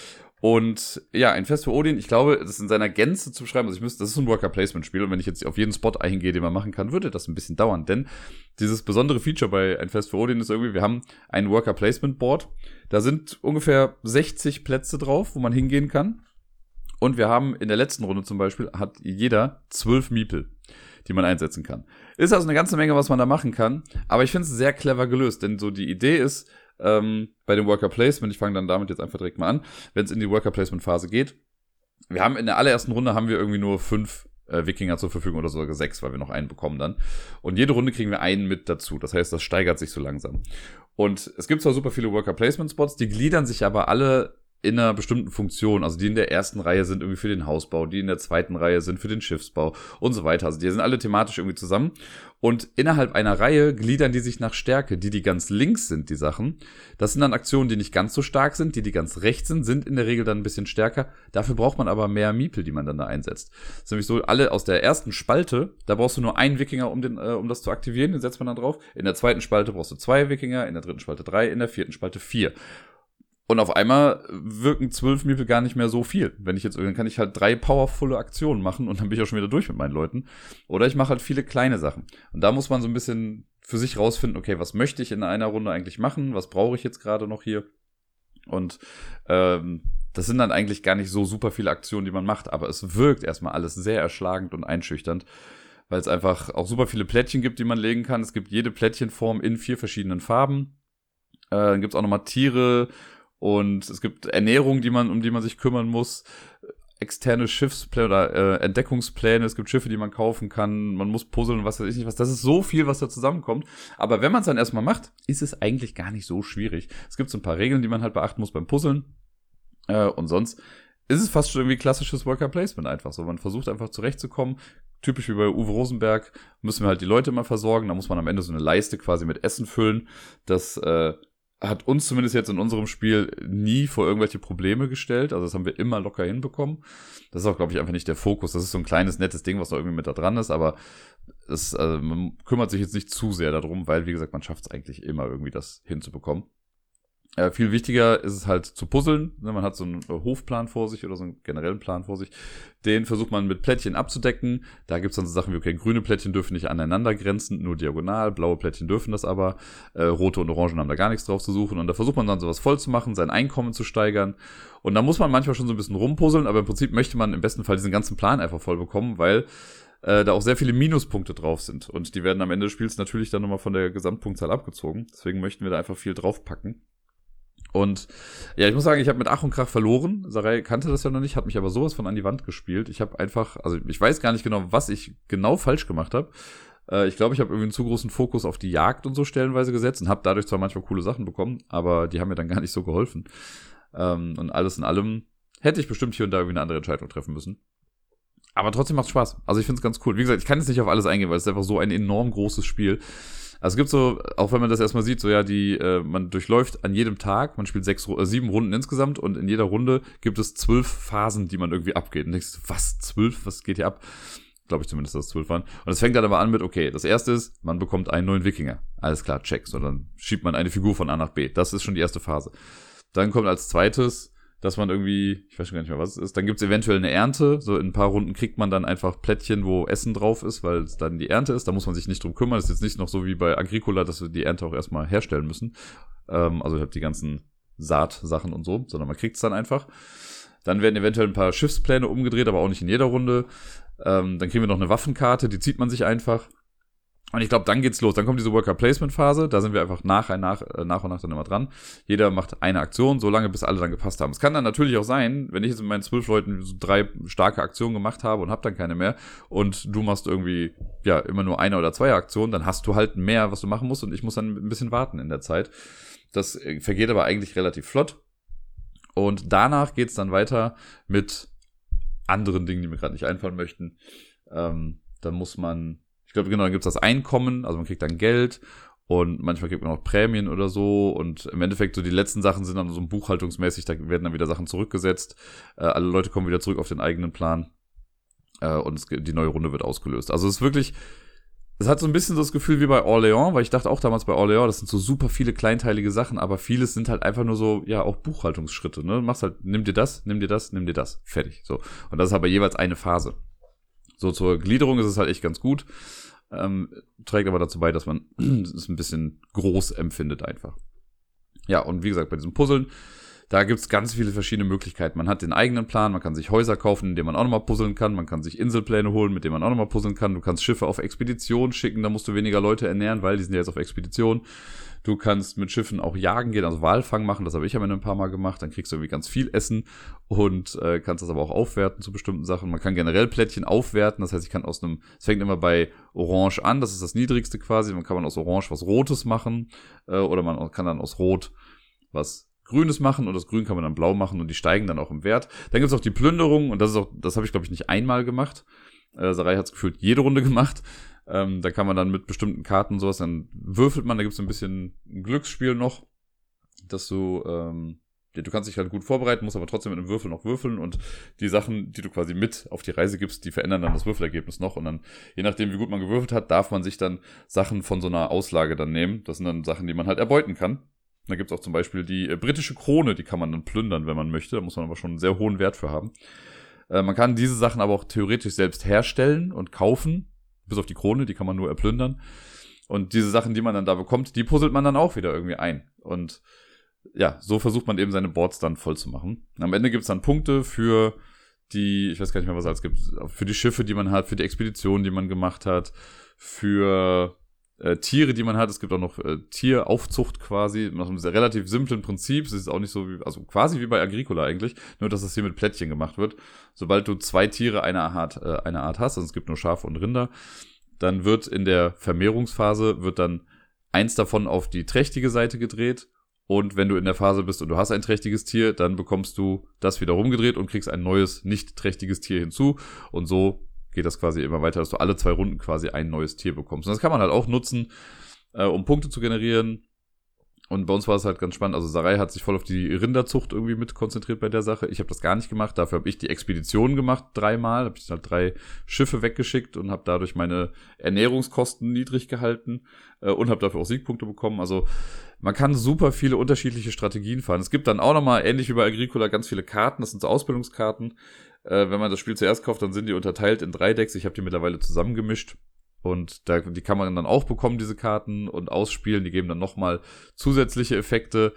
A: Und ja, ein Fest für Odin, ich glaube, das in seiner Gänze zu beschreiben, also ich müsste, das ist ein Worker-Placement-Spiel und wenn ich jetzt auf jeden Spot eingehe, den man machen kann, würde das ein bisschen dauern, denn dieses besondere Feature bei ein Fest für Odin ist irgendwie, wir haben ein Worker-Placement-Board, da sind ungefähr sechzig Plätze drauf, wo man hingehen kann und wir haben in der letzten Runde zum Beispiel, hat jeder zwölf Miepel, die man einsetzen kann. Ist also eine ganze Menge, was man da machen kann, aber ich finde es sehr clever gelöst, denn so die Idee ist, Ähm, bei dem Worker Placement, ich fange dann damit jetzt einfach direkt mal an, wenn es in die Worker Placement Phase geht. Wir haben in der allerersten Runde haben wir irgendwie nur fünf äh, Wikinger zur Verfügung oder sogar sechs, weil wir noch einen bekommen dann. Und jede Runde kriegen wir einen mit dazu. Das heißt, das steigert sich so langsam. Und es gibt zwar super viele Worker Placement Spots, die gliedern sich aber alle in einer bestimmten Funktion, also die in der ersten Reihe sind irgendwie für den Hausbau, die in der zweiten Reihe sind für den Schiffsbau und so weiter. Also die sind alle thematisch irgendwie zusammen und innerhalb einer Reihe gliedern die sich nach Stärke. Die, die ganz links sind, die Sachen, das sind dann Aktionen, die nicht ganz so stark sind. Die, die ganz rechts sind, sind in der Regel dann ein bisschen stärker. Dafür braucht man aber mehr Miepel, die man dann da einsetzt. Das ist nämlich so, alle aus der ersten Spalte, da brauchst du nur einen Wikinger, um, den, äh, um das zu aktivieren, den setzt man dann drauf. In der zweiten Spalte brauchst du zwei Wikinger, in der dritten Spalte drei, in der vierten Spalte vier. Und auf einmal wirken zwölf Miepel gar nicht mehr so viel. Wenn ich jetzt, dann kann ich halt drei powervolle Aktionen machen und dann bin ich auch schon wieder durch mit meinen Leuten. Oder ich mache halt viele kleine Sachen. Und da muss man so ein bisschen für sich rausfinden, okay, was möchte ich in einer Runde eigentlich machen? Was brauche ich jetzt gerade noch hier? Und ähm, das sind dann eigentlich gar nicht so super viele Aktionen, die man macht. Aber es wirkt erstmal alles sehr erschlagend und einschüchternd, weil es einfach auch super viele Plättchen gibt, die man legen kann. Es gibt jede Plättchenform in vier verschiedenen Farben. Äh, dann gibt es auch nochmal Tiere. Und es gibt Ernährung, die man, um die man sich kümmern muss, externe Schiffspläne oder äh, Entdeckungspläne, es gibt Schiffe, die man kaufen kann, man muss puzzeln, was weiß ich nicht was. Das ist so viel, was da zusammenkommt. Aber wenn man es dann erstmal macht, ist es eigentlich gar nicht so schwierig. Es gibt so ein paar Regeln, die man halt beachten muss beim Puzzeln. Äh, und sonst ist es fast schon irgendwie klassisches Worker Placement einfach so. Man versucht einfach zurechtzukommen. Typisch wie bei Uwe Rosenberg müssen wir halt die Leute mal versorgen. Da muss man am Ende so eine Leiste quasi mit Essen füllen. Das äh, hat uns zumindest jetzt in unserem Spiel nie vor irgendwelche Probleme gestellt. Also das haben wir immer locker hinbekommen. Das ist auch, glaube ich, einfach nicht der Fokus. Das ist so ein kleines, nettes Ding, was da irgendwie mit da dran ist. Aber es, also man kümmert sich jetzt nicht zu sehr darum, weil, wie gesagt, man schafft es eigentlich immer irgendwie, das hinzubekommen. Äh, viel wichtiger ist es halt zu puzzeln. Man hat so einen Hofplan vor sich oder so einen generellen Plan vor sich. Den versucht man mit Plättchen abzudecken. Da gibt es dann so Sachen wie, okay, grüne Plättchen dürfen nicht aneinander grenzen, nur diagonal. Blaue Plättchen dürfen das aber. Äh, rote und Orangen haben da gar nichts drauf zu suchen. Und da versucht man dann sowas voll zu machen, sein Einkommen zu steigern. Und da muss man manchmal schon so ein bisschen rumpuzzeln, aber im Prinzip möchte man im besten Fall diesen ganzen Plan einfach voll bekommen, weil äh, da auch sehr viele Minuspunkte drauf sind. Und die werden am Ende des Spiels natürlich dann nochmal von der Gesamtpunktzahl abgezogen. Deswegen möchten wir da einfach viel draufpacken. Und ja, ich muss sagen, ich habe mit Ach und Krach verloren. Sarai kannte das ja noch nicht, hat mich aber sowas von an die Wand gespielt. Ich habe einfach, also ich weiß gar nicht genau, was ich genau falsch gemacht habe. Äh, ich glaube, ich habe irgendwie einen zu großen Fokus auf die Jagd und so stellenweise gesetzt und habe dadurch zwar manchmal coole Sachen bekommen, aber die haben mir dann gar nicht so geholfen. Ähm, und alles in allem hätte ich bestimmt hier und da irgendwie eine andere Entscheidung treffen müssen. Aber trotzdem macht Spaß. Also ich finde es ganz cool. Wie gesagt, ich kann jetzt nicht auf alles eingehen, weil es ist einfach so ein enorm großes Spiel. Also es gibt so, auch wenn man das erstmal sieht, so ja, die, äh, man durchläuft an jedem Tag, man spielt sechs, äh, sieben Runden insgesamt und in jeder Runde gibt es zwölf Phasen, die man irgendwie abgeht. Und denkst du, was, zwölf? Was geht hier ab? Glaube ich zumindest, dass es zwölf waren. Und es fängt dann aber an mit, okay, das erste ist, man bekommt einen neuen Wikinger. Alles klar, check. So, dann schiebt man eine Figur von A nach B. Das ist schon die erste Phase. Dann kommt als zweites, dass man irgendwie, ich weiß schon gar nicht mehr, was es ist, dann gibt es eventuell eine Ernte. So in ein paar Runden kriegt man dann einfach Plättchen, wo Essen drauf ist, weil es dann die Ernte ist. Da muss man sich nicht drum kümmern. Das ist jetzt nicht noch so wie bei Agricola, dass wir die Ernte auch erstmal herstellen müssen. Ähm, also ich habe die ganzen Saatsachen und so, sondern man kriegt es dann einfach. Dann werden eventuell ein paar Schiffspläne umgedreht, aber auch nicht in jeder Runde. Ähm, dann kriegen wir noch eine Waffenkarte, die zieht man sich einfach. Und ich glaube, dann geht's los. Dann kommt diese Worker-Placement-Phase. Da sind wir einfach nach, nach, nach und nach dann immer dran. Jeder macht eine Aktion, so lange, bis alle dann gepasst haben. Es kann dann natürlich auch sein, wenn ich jetzt mit meinen zwölf Leuten so drei starke Aktionen gemacht habe und hab dann keine mehr und du machst irgendwie, ja, immer nur eine oder zwei Aktionen, dann hast du halt mehr, was du machen musst und ich muss dann ein bisschen warten in der Zeit. Das vergeht aber eigentlich relativ flott. Und danach geht's dann weiter mit anderen Dingen, die mir gerade nicht einfallen möchten. Ähm, dann muss man Ich glaube, genau, dann gibt's das Einkommen, also man kriegt dann Geld und manchmal kriegt man auch Prämien oder so und im Endeffekt so die letzten Sachen sind dann so buchhaltungsmäßig, da werden dann wieder Sachen zurückgesetzt, äh, alle Leute kommen wieder zurück auf den eigenen Plan äh, und es, die neue Runde wird ausgelöst. Also es ist wirklich, es hat so ein bisschen so das Gefühl wie bei Orléans, weil ich dachte auch damals bei Orléans, das sind so super viele kleinteilige Sachen, aber vieles sind halt einfach nur so, ja, auch Buchhaltungsschritte, ne? Du machst halt, nimm dir das, nimm dir das, nimm dir das, fertig, so. Und das ist aber jeweils eine Phase. So zur Gliederung ist es halt echt ganz gut. Ähm, trägt aber dazu bei, dass man es ein bisschen groß empfindet einfach. Ja, und wie gesagt, bei diesem Puzzeln, da gibt's ganz viele verschiedene Möglichkeiten. Man hat den eigenen Plan, man kann sich Häuser kaufen, in denen man auch nochmal puzzeln kann. Man kann sich Inselpläne holen, mit denen man auch nochmal puzzeln kann. Du kannst Schiffe auf Expedition schicken, da musst du weniger Leute ernähren, weil die sind ja jetzt auf Expedition. Du kannst mit Schiffen auch jagen gehen, also Walfang machen, das habe ich ja ein paar Mal gemacht. Dann kriegst du irgendwie ganz viel Essen und äh, kannst das aber auch aufwerten zu bestimmten Sachen. Man kann generell Plättchen aufwerten, das heißt, ich kann aus einem, es fängt immer bei Orange an, das ist das niedrigste quasi. Man kann man aus Orange was Rotes machen äh, oder man kann dann aus Rot was Grünes machen und das Grün kann man dann blau machen und die steigen dann auch im Wert. Dann gibt's auch die Plünderung und das ist auch, das habe ich glaube ich nicht einmal gemacht. Äh, Sarai hat's gefühlt jede Runde gemacht. Ähm, da kann man dann mit bestimmten Karten und sowas, dann würfelt man, da gibt's ein bisschen ein Glücksspiel noch, dass du, ähm, ja, du kannst dich halt gut vorbereiten, musst aber trotzdem mit einem Würfel noch würfeln und die Sachen, die du quasi mit auf die Reise gibst, die verändern dann das Würfelergebnis noch und dann, je nachdem wie gut man gewürfelt hat, darf man sich dann Sachen von so einer Auslage dann nehmen. Das sind dann Sachen, die man halt erbeuten kann. Da gibt's auch zum Beispiel die äh, britische Krone, die kann man dann plündern, wenn man möchte, da muss man aber schon einen sehr hohen Wert für haben. Äh, man kann diese Sachen aber auch theoretisch selbst herstellen und kaufen, bis auf die Krone, die kann man nur erplündern. Und diese Sachen, die man dann da bekommt, die puzzelt man dann auch wieder irgendwie ein. Und ja, so versucht man eben seine Boards dann voll zu machen. Am Ende gibt's dann Punkte für die, ich weiß gar nicht mehr, was es alles gibt, für die Schiffe, die man hat, für die Expeditionen, die man gemacht hat, für äh, Tiere, die man hat. Es gibt auch noch äh, Tieraufzucht quasi, nach einem sehr relativ simplen Prinzip. Es ist auch nicht so wie, also quasi wie bei Agricola eigentlich, nur dass das hier mit Plättchen gemacht wird. Sobald du zwei Tiere einer Art, äh, einer Art hast, also es gibt nur Schafe und Rinder, dann wird in der Vermehrungsphase, wird dann eins davon auf die trächtige Seite gedreht Und wenn du in der Phase bist und du hast ein trächtiges Tier, dann bekommst du das wieder rumgedreht und kriegst ein neues, nicht trächtiges Tier hinzu. Und so geht das quasi immer weiter, dass du alle zwei Runden quasi ein neues Tier bekommst. Und das kann man halt auch nutzen, äh, um Punkte zu generieren. Und bei uns war es halt ganz spannend. Also Sarai hat sich voll auf die Rinderzucht irgendwie mit konzentriert bei der Sache. Ich habe das gar nicht gemacht. Dafür habe ich die Expedition gemacht, dreimal. Habe ich halt drei Schiffe weggeschickt und habe dadurch meine Ernährungskosten niedrig gehalten äh, und habe dafür auch Siegpunkte bekommen. Also man kann super viele unterschiedliche Strategien fahren. Es gibt dann auch nochmal, ähnlich wie bei Agricola, ganz viele Karten. Das sind so Ausbildungskarten. Äh, wenn man das Spiel zuerst kauft, dann sind die unterteilt in drei Decks. Ich habe die mittlerweile zusammengemischt. Und da, die kann man dann auch bekommen, diese Karten, und ausspielen. Die geben dann nochmal zusätzliche Effekte.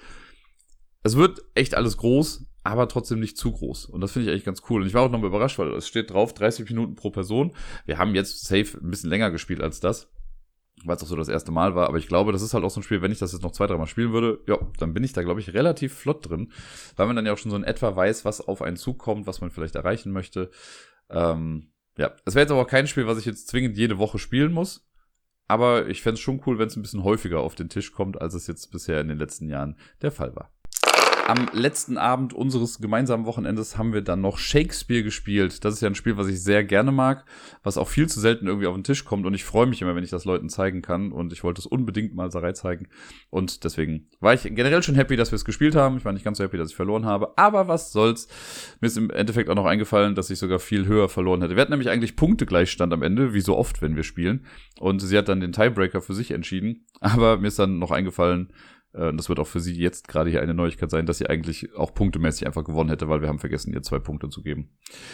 A: Es wird echt alles groß, aber trotzdem nicht zu groß. Und das finde ich eigentlich ganz cool. Und ich war auch nochmal überrascht, weil es steht drauf, dreißig Minuten pro Person. Wir haben jetzt safe ein bisschen länger gespielt als das, weil es auch so das erste Mal war. Aber ich glaube, das ist halt auch so ein Spiel, wenn ich das jetzt noch zwei, dreimal spielen würde, ja, dann bin ich da, glaube ich, relativ flott drin. Weil man dann ja auch schon so in etwa weiß, was auf einen zukommt, was man vielleicht erreichen möchte. Ähm... Ja, es wäre jetzt aber auch kein Spiel, was ich jetzt zwingend jede Woche spielen muss. Aber ich fände es schon cool, wenn es ein bisschen häufiger auf den Tisch kommt, als es jetzt bisher in den letzten Jahren der Fall war. Am letzten Abend unseres gemeinsamen Wochenendes haben wir dann noch Shakespeare gespielt. Das ist ja ein Spiel, was ich sehr gerne mag, was auch viel zu selten irgendwie auf den Tisch kommt. Und ich freue mich immer, wenn ich das Leuten zeigen kann. Und ich wollte es unbedingt mal Sarai zeigen. Und deswegen war ich generell schon happy, dass wir es gespielt haben. Ich war nicht ganz so happy, dass ich verloren habe. Aber was soll's. Mir ist im Endeffekt auch noch eingefallen, dass ich sogar viel höher verloren hätte. Wir hatten nämlich eigentlich Punktegleichstand am Ende, wie so oft, wenn wir spielen. Und sie hat dann den Tiebreaker für sich entschieden. Aber mir ist dann noch eingefallen, und das wird auch für sie jetzt gerade hier eine Neuigkeit sein, dass sie eigentlich auch punktemäßig einfach gewonnen hätte, weil wir haben vergessen, ihr zwei Punkte zu geben.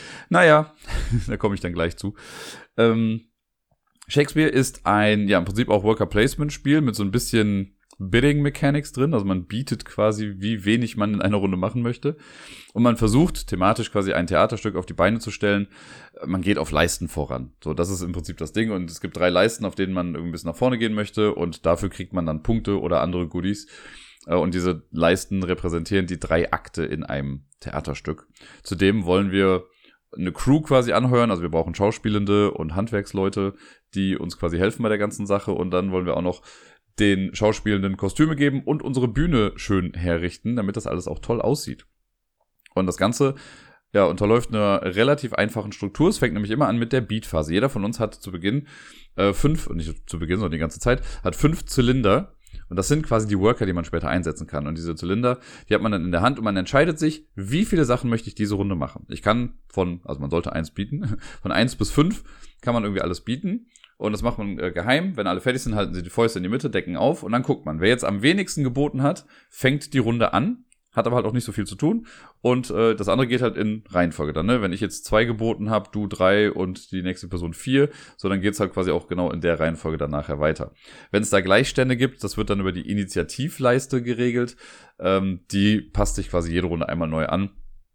A: Naja, da komme ich dann gleich zu. Ähm, Shakespeare ist ein, ja, im Prinzip auch Worker-Placement-Spiel mit so ein bisschen Bidding-Mechanics drin. Also man bietet quasi, wie wenig man in einer Runde machen möchte. Und man versucht thematisch quasi ein Theaterstück auf die Beine zu stellen. Man geht auf Leisten voran. So, das ist im Prinzip das Ding. Und es gibt drei Leisten, auf denen man irgendwie ein bisschen nach vorne gehen möchte. Und dafür kriegt man dann Punkte oder andere Goodies. Und diese Leisten repräsentieren die drei Akte in einem Theaterstück. Zudem wollen wir eine Crew quasi anheuern. Also wir brauchen Schauspielende und Handwerksleute, die uns quasi helfen bei der ganzen Sache. Und dann wollen wir auch noch den Schauspielenden Kostüme geben und unsere Bühne schön herrichten, damit das alles auch toll aussieht. Und das Ganze, ja, unterläuft einer relativ einfachen Struktur. Es fängt nämlich immer an mit der Beat-Phase. Jeder von uns hat zu Beginn äh, fünf, nicht zu Beginn, sondern die ganze Zeit, hat fünf Zylinder. Und das sind quasi die Worker, die man später einsetzen kann. Und diese Zylinder, die hat man dann in der Hand und man entscheidet sich, wie viele Sachen möchte ich diese Runde machen. Ich kann von, also man sollte eins bieten, von eins bis fünf kann man irgendwie alles bieten. Und das macht man äh, geheim. Wenn alle fertig sind, halten sie die Fäuste in die Mitte, decken auf und dann guckt man. Wer jetzt am wenigsten geboten hat, fängt die Runde an, hat aber halt auch nicht so viel zu tun. Und äh, das andere geht halt in Reihenfolge dann, ne? Wenn ich jetzt zwei geboten habe, du drei und die nächste Person vier, so dann geht's halt quasi auch genau in der Reihenfolge dann nachher weiter. Wenn es da Gleichstände gibt, das wird dann über die Initiativleiste geregelt. Ähm, die passt sich quasi jede Runde einmal neu an.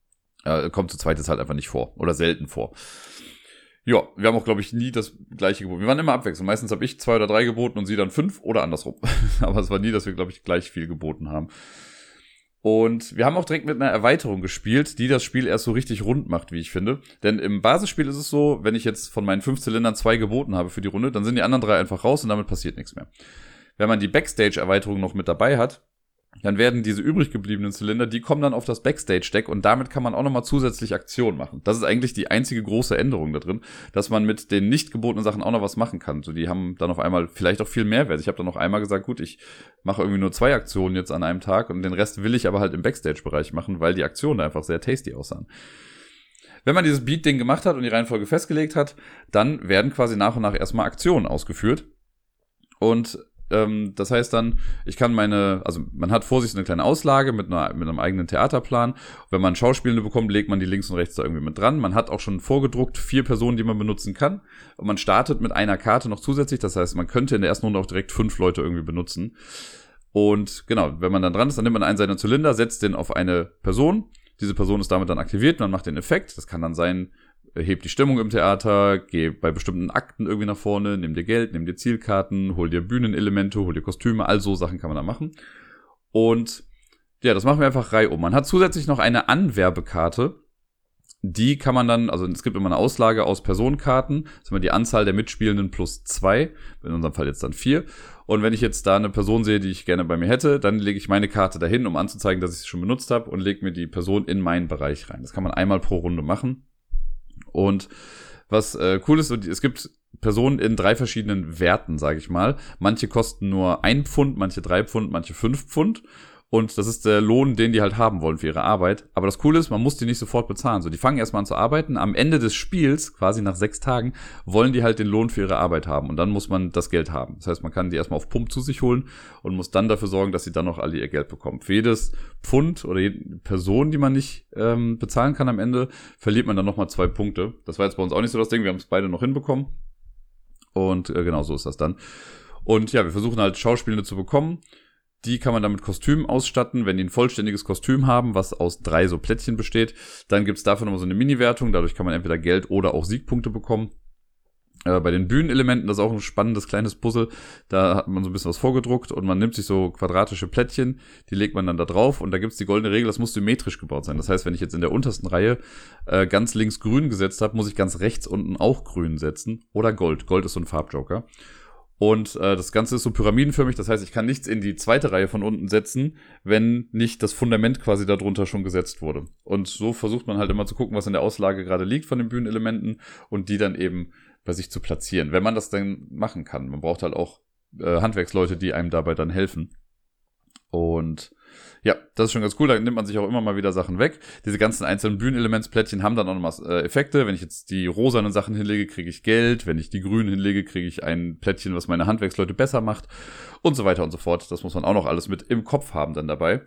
A: Äh, kommt zu zweit jetzt halt einfach nicht vor oder selten vor. Ja, wir haben auch, glaube ich, nie das gleiche geboten. Wir waren immer abwechselnd. Meistens habe ich zwei oder drei geboten und sie dann fünf oder andersrum. Aber es war nie, dass wir, glaube ich, gleich viel geboten haben. Und wir haben auch direkt mit einer Erweiterung gespielt, die das Spiel erst so richtig rund macht, wie ich finde. Denn im Basisspiel ist es so, wenn ich jetzt von meinen fünf Zylindern zwei geboten habe für die Runde, dann sind die anderen drei einfach raus und damit passiert nichts mehr. Wenn man die Backstage-Erweiterung noch mit dabei hat, dann werden diese übrig gebliebenen Zylinder, die kommen dann auf das Backstage-Deck und damit kann man auch nochmal zusätzlich Aktionen machen. Das ist eigentlich die einzige große Änderung da drin, dass man mit den nicht gebotenen Sachen auch noch was machen kann. So, die haben dann auf einmal vielleicht auch viel Mehrwert. Ich habe dann noch einmal gesagt, gut, ich mache irgendwie nur zwei Aktionen jetzt an einem Tag und den Rest will ich aber halt im Backstage-Bereich machen, weil die Aktionen einfach sehr tasty aussahen. Wenn man dieses Beat-Ding gemacht hat und die Reihenfolge festgelegt hat, dann werden quasi nach und nach erstmal Aktionen ausgeführt. Und Ähm, das heißt dann, ich kann meine, also man hat vor sich so eine kleine Auslage mit, einer, mit einem eigenen Theaterplan. Wenn man Schauspielende bekommt, legt man die links und rechts da irgendwie mit dran. Man hat auch schon vorgedruckt vier Personen, die man benutzen kann. Und man startet mit einer Karte noch zusätzlich. Das heißt, man könnte in der ersten Runde auch direkt fünf Leute irgendwie benutzen. Und genau, wenn man dann dran ist, dann nimmt man einen seiner Zylinder, setzt den auf eine Person. Diese Person ist damit dann aktiviert, man macht den Effekt. Das kann dann sein, hebt die Stimmung im Theater, geh bei bestimmten Akten irgendwie nach vorne, nimm dir Geld, nimm dir Zielkarten, hol dir Bühnenelemente, hol dir Kostüme, all so Sachen kann man da machen. Und ja, das machen wir einfach reihum. Man hat zusätzlich noch eine Anwerbekarte, Die kann man dann, also es gibt immer eine Auslage aus Personenkarten, das ist immer die Anzahl der Mitspielenden plus zwei, in unserem Fall jetzt dann vier. Und wenn ich jetzt da eine Person sehe, die ich gerne bei mir hätte, dann lege ich meine Karte dahin, um anzuzeigen, dass ich sie schon benutzt habe und lege mir die Person in meinen Bereich rein. Das kann man einmal pro Runde machen. Und was äh, cool ist, es gibt Personen in drei verschiedenen Werten, sage ich mal. Manche kosten nur ein Pfund, manche drei Pfund, manche fünf Pfund. Und das ist der Lohn, den die halt haben wollen für ihre Arbeit. Aber das Coole ist, man muss die nicht sofort bezahlen. So, die fangen erstmal an zu arbeiten. Am Ende des Spiels, quasi nach sechs Tagen, wollen die halt den Lohn für ihre Arbeit haben. Und dann muss man das Geld haben. Das heißt, man kann die erstmal auf Pump zu sich holen und muss dann dafür sorgen, dass sie dann noch alle ihr Geld bekommen. Für jedes Pfund oder jede Person, die man nicht ähm, bezahlen kann am Ende, verliert man dann nochmal zwei Punkte. Das war jetzt bei uns auch nicht so das Ding. Wir haben es beide noch hinbekommen. Und äh, genau so ist das dann. Und ja, wir versuchen halt Schauspielende zu bekommen. Die kann man dann mit Kostümen ausstatten. Wenn die ein vollständiges Kostüm haben, was aus drei so Plättchen besteht, dann gibt's dafür nochmal so eine Mini-Wertung. Dadurch kann man entweder Geld oder auch Siegpunkte bekommen. Äh, bei den Bühnenelementen, das ist auch ein spannendes kleines Puzzle. Da hat man so ein bisschen was vorgedruckt und man nimmt sich so quadratische Plättchen, die legt man dann da drauf und da gibt's die goldene Regel, das muss symmetrisch gebaut sein. Das heißt, wenn ich jetzt in der untersten Reihe äh, ganz links grün gesetzt habe, muss ich ganz rechts unten auch grün setzen oder Gold. Gold ist so ein Farbjoker. Und äh, das Ganze ist so pyramidenförmig, das heißt, ich kann nichts in die zweite Reihe von unten setzen, wenn nicht das Fundament quasi darunter schon gesetzt wurde. Und so versucht man halt immer zu gucken, was in der Auslage gerade liegt von den Bühnenelementen und die dann eben bei sich zu platzieren, wenn man das dann machen kann. Man braucht halt auch äh, Handwerksleute, die einem dabei dann helfen. Und ja, das ist schon ganz cool, da nimmt man sich auch immer mal wieder Sachen weg. Diese ganzen einzelnen Bühnenelementsplättchen haben dann auch nochmal äh, Effekte. Wenn ich jetzt die rosanen Sachen hinlege, kriege ich Geld. Wenn ich die grünen hinlege, kriege ich ein Plättchen, was meine Handwerksleute besser macht. Und so weiter und so fort. Das muss man auch noch alles mit im Kopf haben dann dabei.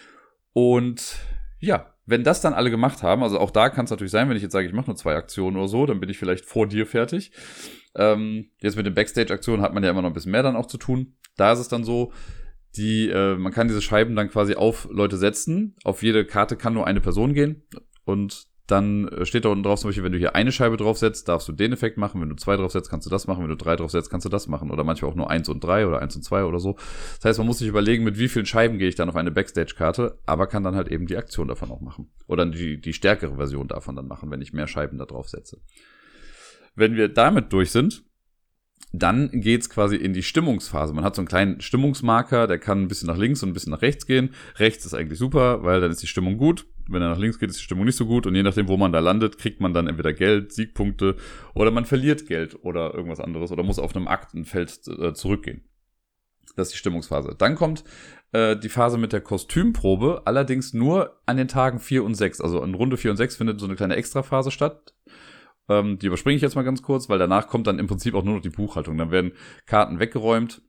A: Und ja, wenn das dann alle gemacht haben, also auch da kann es natürlich sein, wenn ich jetzt sage, ich mache nur zwei Aktionen oder so, dann bin ich vielleicht vor dir fertig. Ähm, jetzt mit den Backstage-Aktionen hat man ja immer noch ein bisschen mehr dann auch zu tun. Da ist es dann so, die, äh, man kann diese Scheiben dann quasi auf Leute setzen. Auf jede Karte kann nur eine Person gehen. Und dann steht da unten drauf, zum Beispiel, wenn du hier eine Scheibe draufsetzt, darfst du den Effekt machen. Wenn du zwei draufsetzt, kannst du das machen. Wenn du drei draufsetzt, kannst du das machen. Oder manchmal auch nur eins und drei oder eins und zwei oder so. Das heißt, man muss sich überlegen, mit wie vielen Scheiben gehe ich dann auf eine Backstage-Karte, aber kann dann halt eben die Aktion davon auch machen. Oder die, die stärkere Version davon dann machen, wenn ich mehr Scheiben da drauf setze. Wenn wir damit durch sind, dann geht's quasi in die Stimmungsphase. Man hat so einen kleinen Stimmungsmarker, der kann ein bisschen nach links und ein bisschen nach rechts gehen. Rechts ist eigentlich super, weil dann ist die Stimmung gut. Wenn er nach links geht, ist die Stimmung nicht so gut. Und je nachdem, wo man da landet, kriegt man dann entweder Geld, Siegpunkte oder man verliert Geld oder irgendwas anderes oder muss auf einem Aktenfeld äh, zurückgehen. Das ist die Stimmungsphase. Dann kommt äh, die Phase mit der Kostümprobe, allerdings nur an den Tagen vier und sechs. Also in Runde vier und sechs findet so eine kleine Extraphase statt. Die überspringe ich jetzt mal ganz kurz, weil danach kommt dann im Prinzip auch nur noch die Buchhaltung. Dann werden Karten weggeräumt,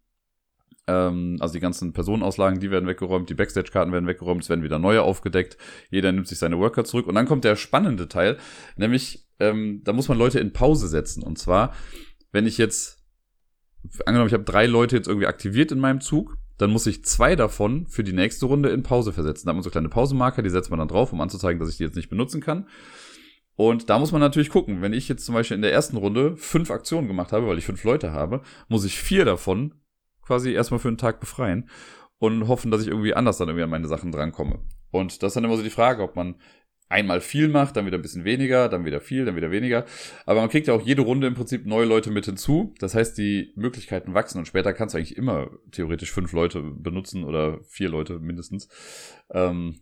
A: ähm, also die ganzen Personenauslagen, die werden weggeräumt, die Backstage-Karten werden weggeräumt, es werden wieder neue aufgedeckt, jeder nimmt sich seine Worker zurück und dann kommt der spannende Teil, nämlich ähm, da muss man Leute in Pause setzen. Und zwar, wenn ich jetzt, angenommen, ich habe drei Leute jetzt irgendwie aktiviert in meinem Zug, dann muss ich zwei davon für die nächste Runde in Pause versetzen. Da hat man so kleine Pausenmarker, die setzt man dann drauf, um anzuzeigen, dass ich die jetzt nicht benutzen kann. Und da muss man natürlich gucken, wenn ich jetzt zum Beispiel in der ersten Runde fünf Aktionen gemacht habe, weil ich fünf Leute habe, muss ich vier davon quasi erstmal für einen Tag befreien und hoffen, dass ich irgendwie anders dann irgendwie an meine Sachen drankomme. Und das ist dann immer so die Frage, ob man einmal viel macht, dann wieder ein bisschen weniger, dann wieder viel, dann wieder weniger. Aber man kriegt ja auch jede Runde im Prinzip neue Leute mit hinzu. Das heißt, die Möglichkeiten wachsen und später kannst du eigentlich immer theoretisch fünf Leute benutzen oder vier Leute mindestens. Ähm,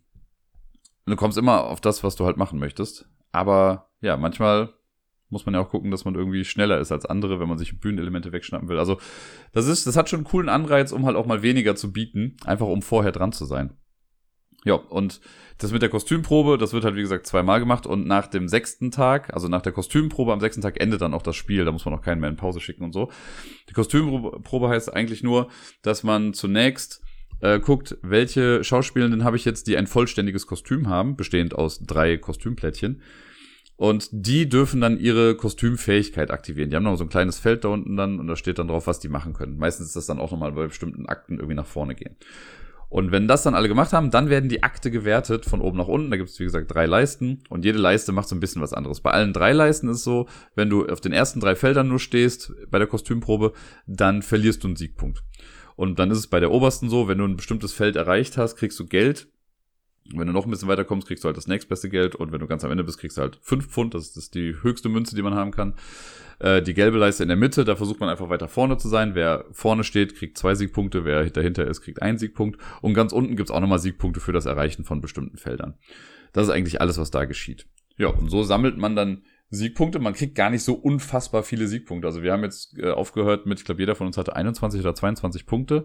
A: du kommst immer auf das, was du halt machen möchtest. Aber ja, manchmal muss man ja auch gucken, dass man irgendwie schneller ist als andere, wenn man sich Bühnenelemente wegschnappen will. Also das ist, das hat schon einen coolen Anreiz, um halt auch mal weniger zu bieten, einfach um vorher dran zu sein. Ja, und das mit der Kostümprobe, das wird halt wie gesagt zweimal gemacht und nach dem sechsten Tag, also nach der Kostümprobe am sechsten Tag endet dann auch das Spiel, da muss man auch keinen mehr in Pause schicken und so. Die Kostümprobe heißt eigentlich nur, dass man zunächst äh, guckt, welche Schauspielenden habe ich jetzt, die ein vollständiges Kostüm haben, bestehend aus drei Kostümplättchen. Und die dürfen dann ihre Kostümfähigkeit aktivieren. Die haben noch so ein kleines Feld da unten dann und da steht dann drauf, was die machen können. Meistens ist das dann auch nochmal bei bestimmten Akten irgendwie nach vorne gehen. Und wenn das dann alle gemacht haben, dann werden die Akte gewertet von oben nach unten. Da gibt es, wie gesagt, drei Leisten und jede Leiste macht so ein bisschen was anderes. Bei allen drei Leisten ist es so, wenn du auf den ersten drei Feldern nur stehst bei der Kostümprobe, dann verlierst du einen Siegpunkt. Und dann ist es bei der obersten so, wenn du ein bestimmtes Feld erreicht hast, kriegst du Geld. Wenn du noch ein bisschen weiter kommst, kriegst du halt das nächstbeste Geld. Und wenn du ganz am Ende bist, kriegst du halt fünf Pfund. Das ist die höchste Münze, die man haben kann. Äh, die gelbe Leiste in der Mitte, da versucht man einfach weiter vorne zu sein. Wer vorne steht, kriegt zwei Siegpunkte. Wer dahinter ist, kriegt einen Siegpunkt. Und ganz unten gibt's auch nochmal Siegpunkte für das Erreichen von bestimmten Feldern. Das ist eigentlich alles, was da geschieht. Ja, und so sammelt man dann Siegpunkte. Man kriegt gar nicht so unfassbar viele Siegpunkte. Also wir haben jetzt äh, aufgehört mit, ich glaube, jeder von uns hatte einundzwanzig oder zweiundzwanzig Punkte.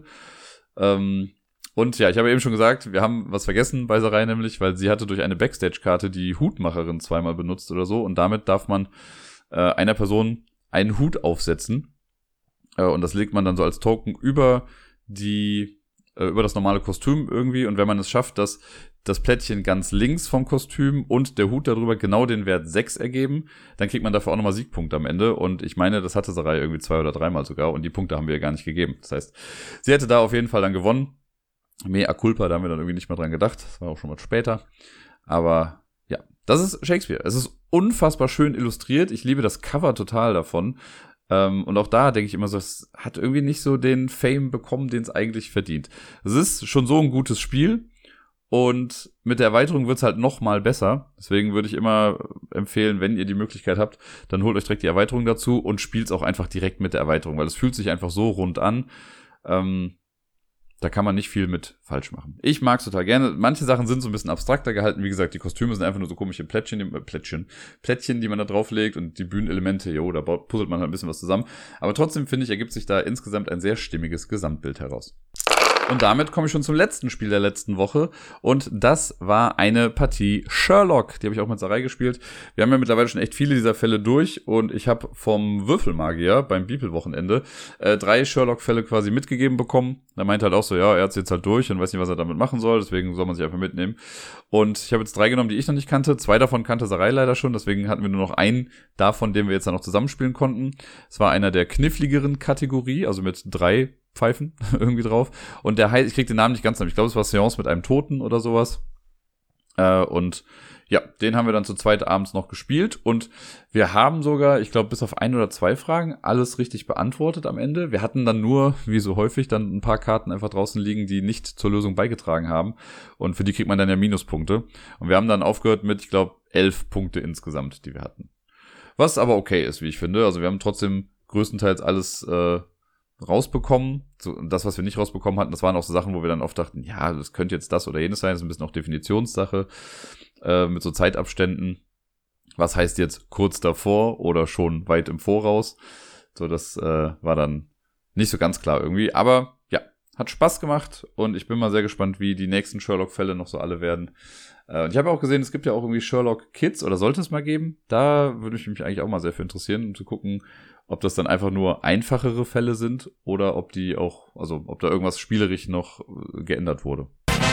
A: Ähm, und ja, ich habe eben schon gesagt, wir haben was vergessen bei Sarai nämlich, weil sie hatte durch eine Backstage-Karte die Hutmacherin zweimal benutzt oder so. Und damit darf man äh, einer Person einen Hut aufsetzen. Äh, und das legt man dann so als Token über die äh, über das normale Kostüm irgendwie. Und wenn man es schafft, dass das Plättchen ganz links vom Kostüm und der Hut darüber genau den Wert sechs ergeben, dann kriegt man dafür auch nochmal Siegpunkte am Ende. Und ich meine, das hatte Sarai irgendwie zwei oder dreimal sogar und die Punkte haben wir ihr gar nicht gegeben. Das heißt, sie hätte da auf jeden Fall dann gewonnen. Mea culpa, da haben wir dann irgendwie nicht mehr dran gedacht. Das war auch schon mal später. Aber ja, das ist Shakespeare. Es ist unfassbar schön illustriert. Ich liebe das Cover total davon. Und auch da denke ich immer so, es hat irgendwie nicht so den Fame bekommen, den es eigentlich verdient. Es ist schon so ein gutes Spiel. Und mit der Erweiterung wird's halt noch mal besser. Deswegen würde ich immer empfehlen, wenn ihr die Möglichkeit habt, dann holt euch direkt die Erweiterung dazu und spielt's auch einfach direkt mit der Erweiterung, weil es fühlt sich einfach so rund an. Ähm, da kann man nicht viel mit falsch machen. Ich mag's total gerne. Manche Sachen sind so ein bisschen abstrakter gehalten. Wie gesagt, die Kostüme sind einfach nur so komische Plättchen, äh, Plättchen, Plättchen, die man da drauflegt und die Bühnenelemente, jo, da puzzelt man halt ein bisschen was zusammen. Aber trotzdem, finde ich, ergibt sich da insgesamt ein sehr stimmiges Gesamtbild heraus. Und damit komme ich schon zum letzten Spiel der letzten Woche. Und das war eine Partie Sherlock. Die habe ich auch mit Sarai gespielt. Wir haben ja mittlerweile schon echt viele dieser Fälle durch. Und ich habe vom Würfelmagier beim Bibelwochenende äh, drei Sherlock-Fälle quasi mitgegeben bekommen. Er meinte halt auch so, ja, er hat's jetzt halt durch und weiß nicht, was er damit machen soll. Deswegen soll man sich einfach mitnehmen. Und ich habe jetzt drei genommen, die ich noch nicht kannte. Zwei davon kannte Sarai leider schon. Deswegen hatten wir nur noch einen davon, den wir jetzt dann noch zusammenspielen konnten. Es war einer der kniffligeren Kategorie, also mit drei Pfeifen irgendwie drauf. Und der heißt, ich krieg den Namen nicht ganz zusammen. Ich glaube, es war Seance mit einem Toten oder sowas. Äh, und ja, den haben wir dann zu zweit abends noch gespielt. Und wir haben sogar, ich glaube, bis auf ein oder zwei Fragen alles richtig beantwortet am Ende. Wir hatten dann nur, wie so häufig, dann ein paar Karten einfach draußen liegen, die nicht zur Lösung beigetragen haben. Und für die kriegt man dann ja Minuspunkte. Und wir haben dann aufgehört mit, ich glaube, elf Punkte insgesamt, die wir hatten. Was aber okay ist, wie ich finde. Also wir haben trotzdem größtenteils alles äh, rausbekommen. So, das, was wir nicht rausbekommen hatten, das waren auch so Sachen, wo wir dann oft dachten, ja, das könnte jetzt das oder jenes sein. Das ist ein bisschen auch Definitionssache äh, mit so Zeitabständen. Was heißt jetzt kurz davor oder schon weit im Voraus? So, das äh, war dann nicht so ganz klar irgendwie. Aber ja, hat Spaß gemacht und ich bin mal sehr gespannt, wie die nächsten Sherlock-Fälle noch so alle werden. Äh, und ich habe auch gesehen, es gibt ja auch irgendwie Sherlock Kids oder sollte es mal geben. Da würde ich mich eigentlich auch mal sehr für interessieren, um zu gucken, ob das dann einfach nur einfachere Fälle sind oder ob die auch, also ob da irgendwas spielerisch noch geändert wurde.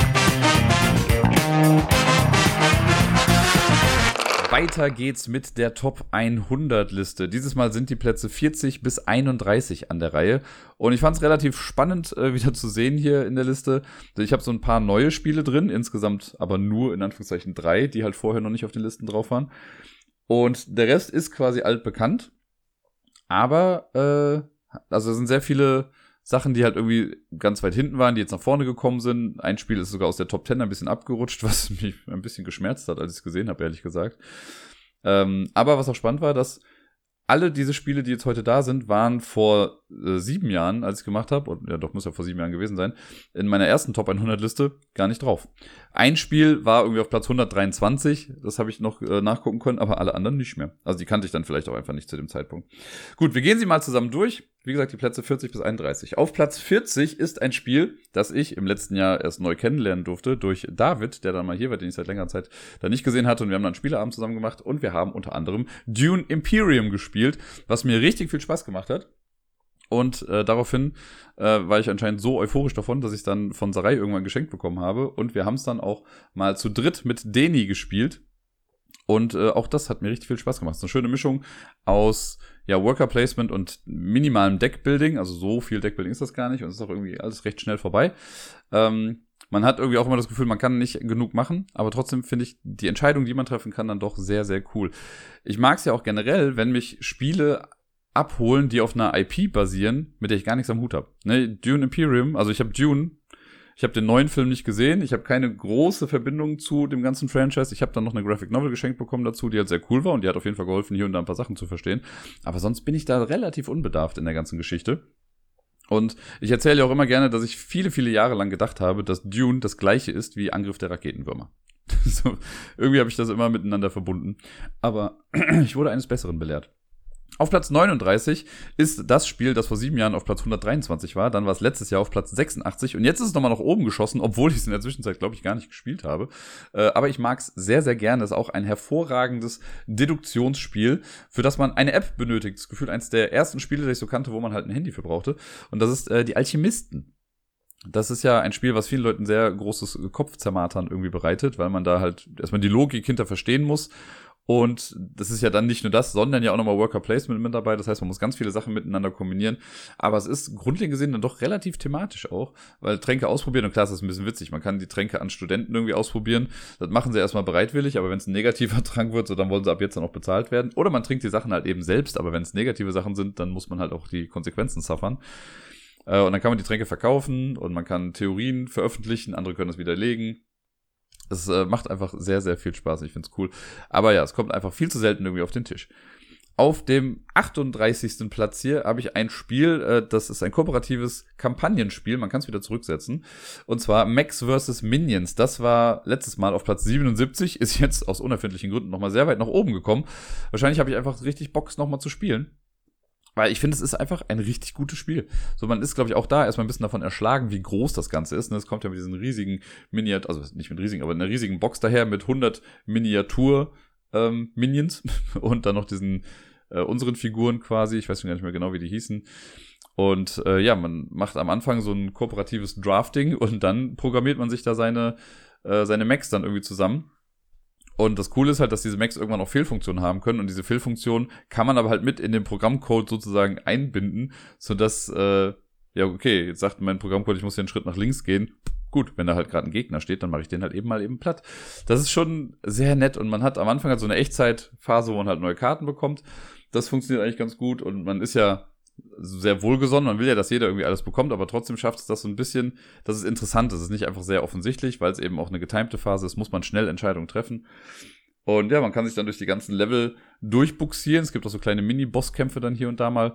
A: Weiter geht's mit der Top hundert Liste. Dieses Mal sind die Plätze vierzig bis einunddreißig an der Reihe. Und ich fand es relativ spannend, äh, wieder zu sehen hier in der Liste. Ich habe so ein paar neue Spiele drin, insgesamt aber nur in Anführungszeichen drei, die halt vorher noch nicht auf den Listen drauf waren. Und der Rest ist quasi altbekannt. Aber, äh, also es sind sehr viele Sachen, die halt irgendwie ganz weit hinten waren, die jetzt nach vorne gekommen sind. Ein Spiel ist sogar aus der Top zehn ein bisschen abgerutscht, was mich ein bisschen geschmerzt hat, als ich es gesehen habe, ehrlich gesagt. Ähm, aber was auch spannend war, dass alle diese Spiele, die jetzt heute da sind, waren vor äh, sieben Jahren, als ich es gemacht habe, und ja doch, muss ja vor sieben Jahren gewesen sein, in meiner ersten Top hundert Liste gar nicht drauf. Ein Spiel war irgendwie auf Platz hundertdreiundzwanzig, das habe ich noch äh, nachgucken können, aber alle anderen nicht mehr. Also die kannte ich dann vielleicht auch einfach nicht zu dem Zeitpunkt. Gut, wir gehen sie mal zusammen durch. Wie gesagt, die Plätze vierzig bis einunddreißig. Auf Platz vierzig ist ein Spiel, das ich im letzten Jahr erst neu kennenlernen durfte durch David, der dann mal hier war, den ich seit längerer Zeit da nicht gesehen hatte. Und wir haben dann einen Spieleabend zusammen gemacht und wir haben unter anderem Dune Imperium gespielt, was mir richtig viel Spaß gemacht hat. Und äh, daraufhin äh, war ich anscheinend so euphorisch davon, dass ich es dann von Sarai irgendwann geschenkt bekommen habe. Und wir haben es dann auch mal zu dritt mit Deni gespielt. Und äh, auch das hat mir richtig viel Spaß gemacht. Es ist eine schöne Mischung aus ja, Worker Placement und minimalem Deckbuilding. Also so viel Deckbuilding ist das gar nicht. Und es ist auch irgendwie alles recht schnell vorbei. Ähm, man hat irgendwie auch immer das Gefühl, man kann nicht genug machen. Aber trotzdem finde ich die Entscheidung, die man treffen kann, dann doch sehr, sehr cool. Ich mag es ja auch generell, wenn mich Spiele abholen, die auf einer I P basieren, mit der ich gar nichts am Hut habe. Ne, Dune Imperium, also ich habe Dune, ich Ich habe den neuen Film nicht gesehen. Ich habe keine große Verbindung zu dem ganzen Franchise. Ich habe dann noch eine Graphic Novel geschenkt bekommen dazu, die halt sehr cool war und die hat auf jeden Fall geholfen, hier und da ein paar Sachen zu verstehen. Aber sonst bin ich da relativ unbedarft in der ganzen Geschichte. Und ich erzähle ja auch immer gerne, dass ich viele, viele Jahre lang gedacht habe, dass Dune das gleiche ist wie Angriff der Raketenwürmer. So, irgendwie habe ich das immer miteinander verbunden. Aber ich wurde eines Besseren belehrt. Auf Platz neununddreißig ist das Spiel, das vor sieben Jahren auf Platz hundertdreiundzwanzig war. Dann war es letztes Jahr auf Platz sechsundachtzig. Und jetzt ist es nochmal nach oben geschossen, obwohl ich es in der Zwischenzeit, glaube ich, gar nicht gespielt habe. Äh, aber ich mag es sehr, sehr gerne. Es ist auch ein hervorragendes Deduktionsspiel, für das man eine App benötigt. Das Gefühl, eines der ersten Spiele, das ich so kannte, wo man halt ein Handy für brauchte. Und das ist äh, die Alchemisten. Das ist ja ein Spiel, was vielen Leuten sehr großes Kopfzermartern irgendwie bereitet, weil man da halt erstmal die Logik hinter verstehen muss. Und das ist ja dann nicht nur das, sondern ja auch nochmal Worker Placement mit dabei. Das heißt, man muss ganz viele Sachen miteinander kombinieren. Aber es ist grundlegend gesehen dann doch relativ thematisch auch, weil Tränke ausprobieren, und klar, das ist ein bisschen witzig. Man kann die Tränke an Studenten irgendwie ausprobieren. Das machen sie erstmal bereitwillig, aber wenn es ein negativer Trank wird, so dann wollen sie ab jetzt dann auch bezahlt werden. Oder man trinkt die Sachen halt eben selbst, aber wenn es negative Sachen sind, dann muss man halt auch die Konsequenzen suffern. Und dann kann man die Tränke verkaufen und man kann Theorien veröffentlichen, andere können das widerlegen. Es äh, macht einfach sehr, sehr viel Spaß. Ich finde es cool. Aber ja, es kommt einfach viel zu selten irgendwie auf den Tisch. Auf dem achtunddreißigsten Platz hier habe ich ein Spiel, äh, das ist ein kooperatives Kampagnenspiel. Man kann es wieder zurücksetzen. Und zwar Max versus. Minions. Das war letztes Mal auf Platz siebenundsiebzig. Ist jetzt aus unerfindlichen Gründen nochmal sehr weit nach oben gekommen. Wahrscheinlich habe ich einfach richtig Bock, es nochmal zu spielen. Weil ich finde, es ist einfach ein richtig gutes Spiel. So, man ist, glaube ich, auch da erstmal ein bisschen davon erschlagen, wie groß das Ganze ist. Es kommt ja mit diesen riesigen Miniat, also nicht mit riesigen, aber einer riesigen Box daher mit hundert Miniatur-Minions ähm, und dann noch diesen äh, unseren Figuren quasi. Ich weiß gar nicht mehr genau, wie die hießen. Und äh, ja, man macht am Anfang so ein kooperatives Drafting und dann programmiert man sich da seine, äh, seine Mechs dann irgendwie zusammen. Und das Coole ist halt, dass diese Mechs irgendwann auch Fehlfunktionen haben können und diese Fehlfunktionen kann man aber halt mit in den Programmcode sozusagen einbinden, sodass, äh, ja okay, jetzt sagt mein Programmcode, ich muss hier einen Schritt nach links gehen. Gut, wenn da halt gerade ein Gegner steht, dann mache ich den halt eben mal eben platt. Das ist schon sehr nett und man hat am Anfang halt so eine Echtzeitphase, wo man halt neue Karten bekommt. Das funktioniert eigentlich ganz gut und man ist ja sehr wohlgesonnen. Man will ja, dass jeder irgendwie alles bekommt, aber trotzdem schafft es das so ein bisschen, dass es interessant ist. Es ist nicht einfach sehr offensichtlich, weil es eben auch eine getimte Phase ist, muss man schnell Entscheidungen treffen. Und ja, man kann sich dann durch die ganzen Level durchbuxieren. Es gibt auch so kleine Mini-Bosskämpfe dann hier und da mal.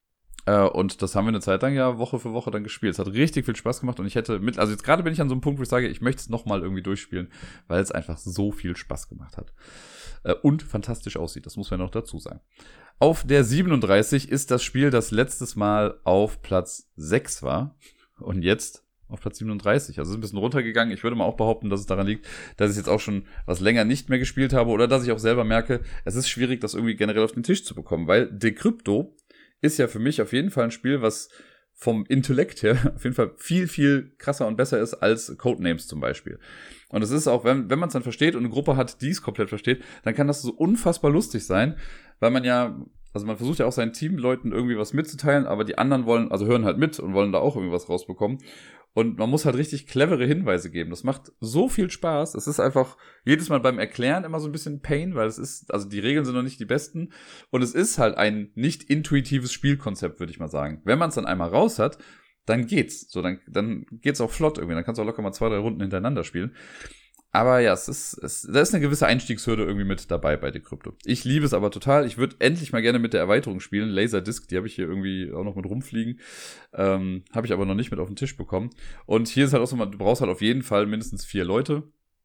A: Äh, und das haben wir eine Zeit lang ja Woche für Woche dann gespielt. Es hat richtig viel Spaß gemacht und ich hätte mit, also jetzt gerade bin ich an so einem Punkt, wo ich sage, ich möchte es nochmal irgendwie durchspielen, weil es einfach so viel Spaß gemacht hat. Äh, und fantastisch aussieht, das muss man noch dazu sagen. Auf der siebenunddreißig ist das Spiel, das letztes Mal auf Platz sechs war und jetzt auf Platz siebenunddreißig. Also es ist ein bisschen runtergegangen. Ich würde mal auch behaupten, dass es daran liegt, dass ich jetzt auch schon was länger nicht mehr gespielt habe oder dass ich auch selber merke, es ist schwierig, das irgendwie generell auf den Tisch zu bekommen, weil Decrypto ist ja für mich auf jeden Fall ein Spiel, was vom Intellekt her auf jeden Fall viel, viel krasser und besser ist als Codenames zum Beispiel. Und es ist auch, wenn, wenn man es dann versteht und eine Gruppe hat, die es komplett versteht, dann kann das so unfassbar lustig sein, weil man ja, also man versucht ja auch seinen Teamleuten irgendwie was mitzuteilen, aber die anderen wollen, also hören halt mit und wollen da auch irgendwie was rausbekommen. Und man muss halt richtig clevere Hinweise geben. Das macht so viel Spaß. Es ist einfach jedes Mal beim Erklären immer so ein bisschen Pain, weil es ist, also die Regeln sind noch nicht die besten. Und es ist halt ein nicht intuitives Spielkonzept, würde ich mal sagen. Wenn man es dann einmal raus hat, dann geht's. So, dann, dann geht's auch flott irgendwie. Dann kannst du auch locker mal zwei, drei Runden hintereinander spielen. Aber ja, es ist, es, da ist eine gewisse Einstiegshürde irgendwie mit dabei bei Decrypto. Ich liebe es aber total. Ich würde endlich mal gerne mit der Erweiterung spielen. Laserdisc, die habe ich hier irgendwie auch noch mit rumfliegen. Ähm, habe ich aber noch nicht mit auf den Tisch bekommen. Und hier ist halt auch so, du brauchst halt auf jeden Fall mindestens vier Leute.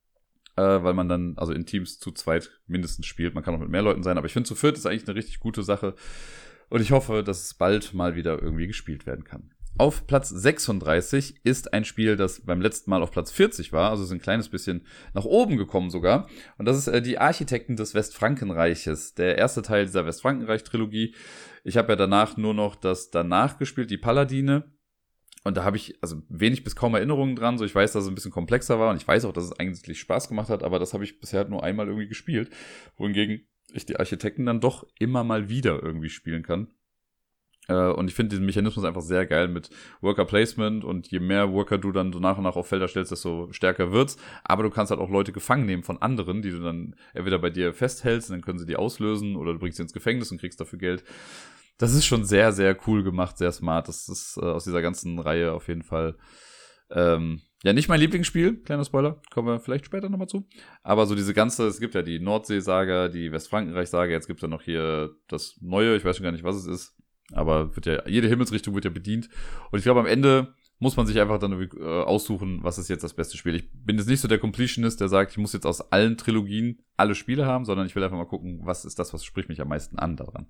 A: Äh, weil man dann, also in Teams zu zweit mindestens spielt. Man kann auch mit mehr Leuten sein. Aber ich finde, zu viert ist eigentlich eine richtig gute Sache. Und ich hoffe, dass es bald mal wieder irgendwie gespielt werden kann. Auf Platz sechsunddreißig ist ein Spiel, das beim letzten Mal auf Platz vierzig war, also ist ein kleines bisschen nach oben gekommen sogar. Und das ist äh, die Architekten des Westfrankenreiches, der erste Teil dieser Westfrankenreich-Trilogie. Ich habe ja danach nur noch das danach gespielt, die Paladine. Und da habe ich also wenig bis kaum Erinnerungen dran. So, ich weiß, dass es ein bisschen komplexer war und ich weiß auch, dass es eigentlich Spaß gemacht hat, aber das habe ich bisher nur einmal irgendwie gespielt. Wohingegen ich die Architekten dann doch immer mal wieder irgendwie spielen kann. Und ich finde diesen Mechanismus einfach sehr geil mit Worker Placement und je mehr Worker du dann so nach und nach auf Felder stellst, desto stärker wird's. Aber du kannst halt auch Leute gefangen nehmen von anderen, die du dann entweder bei dir festhältst und dann können sie die auslösen oder du bringst sie ins Gefängnis und kriegst dafür Geld. Das ist schon sehr, sehr cool gemacht, sehr smart. Das ist äh, aus dieser ganzen Reihe auf jeden Fall ähm, Ja, nicht mein Lieblingsspiel, kleiner Spoiler, kommen wir vielleicht später nochmal zu. Aber so diese ganze, es gibt ja die Nordsee-Saga, die Westfrankenreich-Saga, jetzt gibt es ja noch hier das Neue, ich weiß schon gar nicht, was es ist. Aber wird ja, jede Himmelsrichtung wird ja bedient. Und ich glaube, am Ende muss man sich einfach dann irgendwie, äh, aussuchen, was ist jetzt das beste Spiel. Ich bin jetzt nicht so der Completionist, der sagt, ich muss jetzt aus allen Trilogien alle Spiele haben, sondern ich will einfach mal gucken, was ist das, was spricht mich am meisten an daran.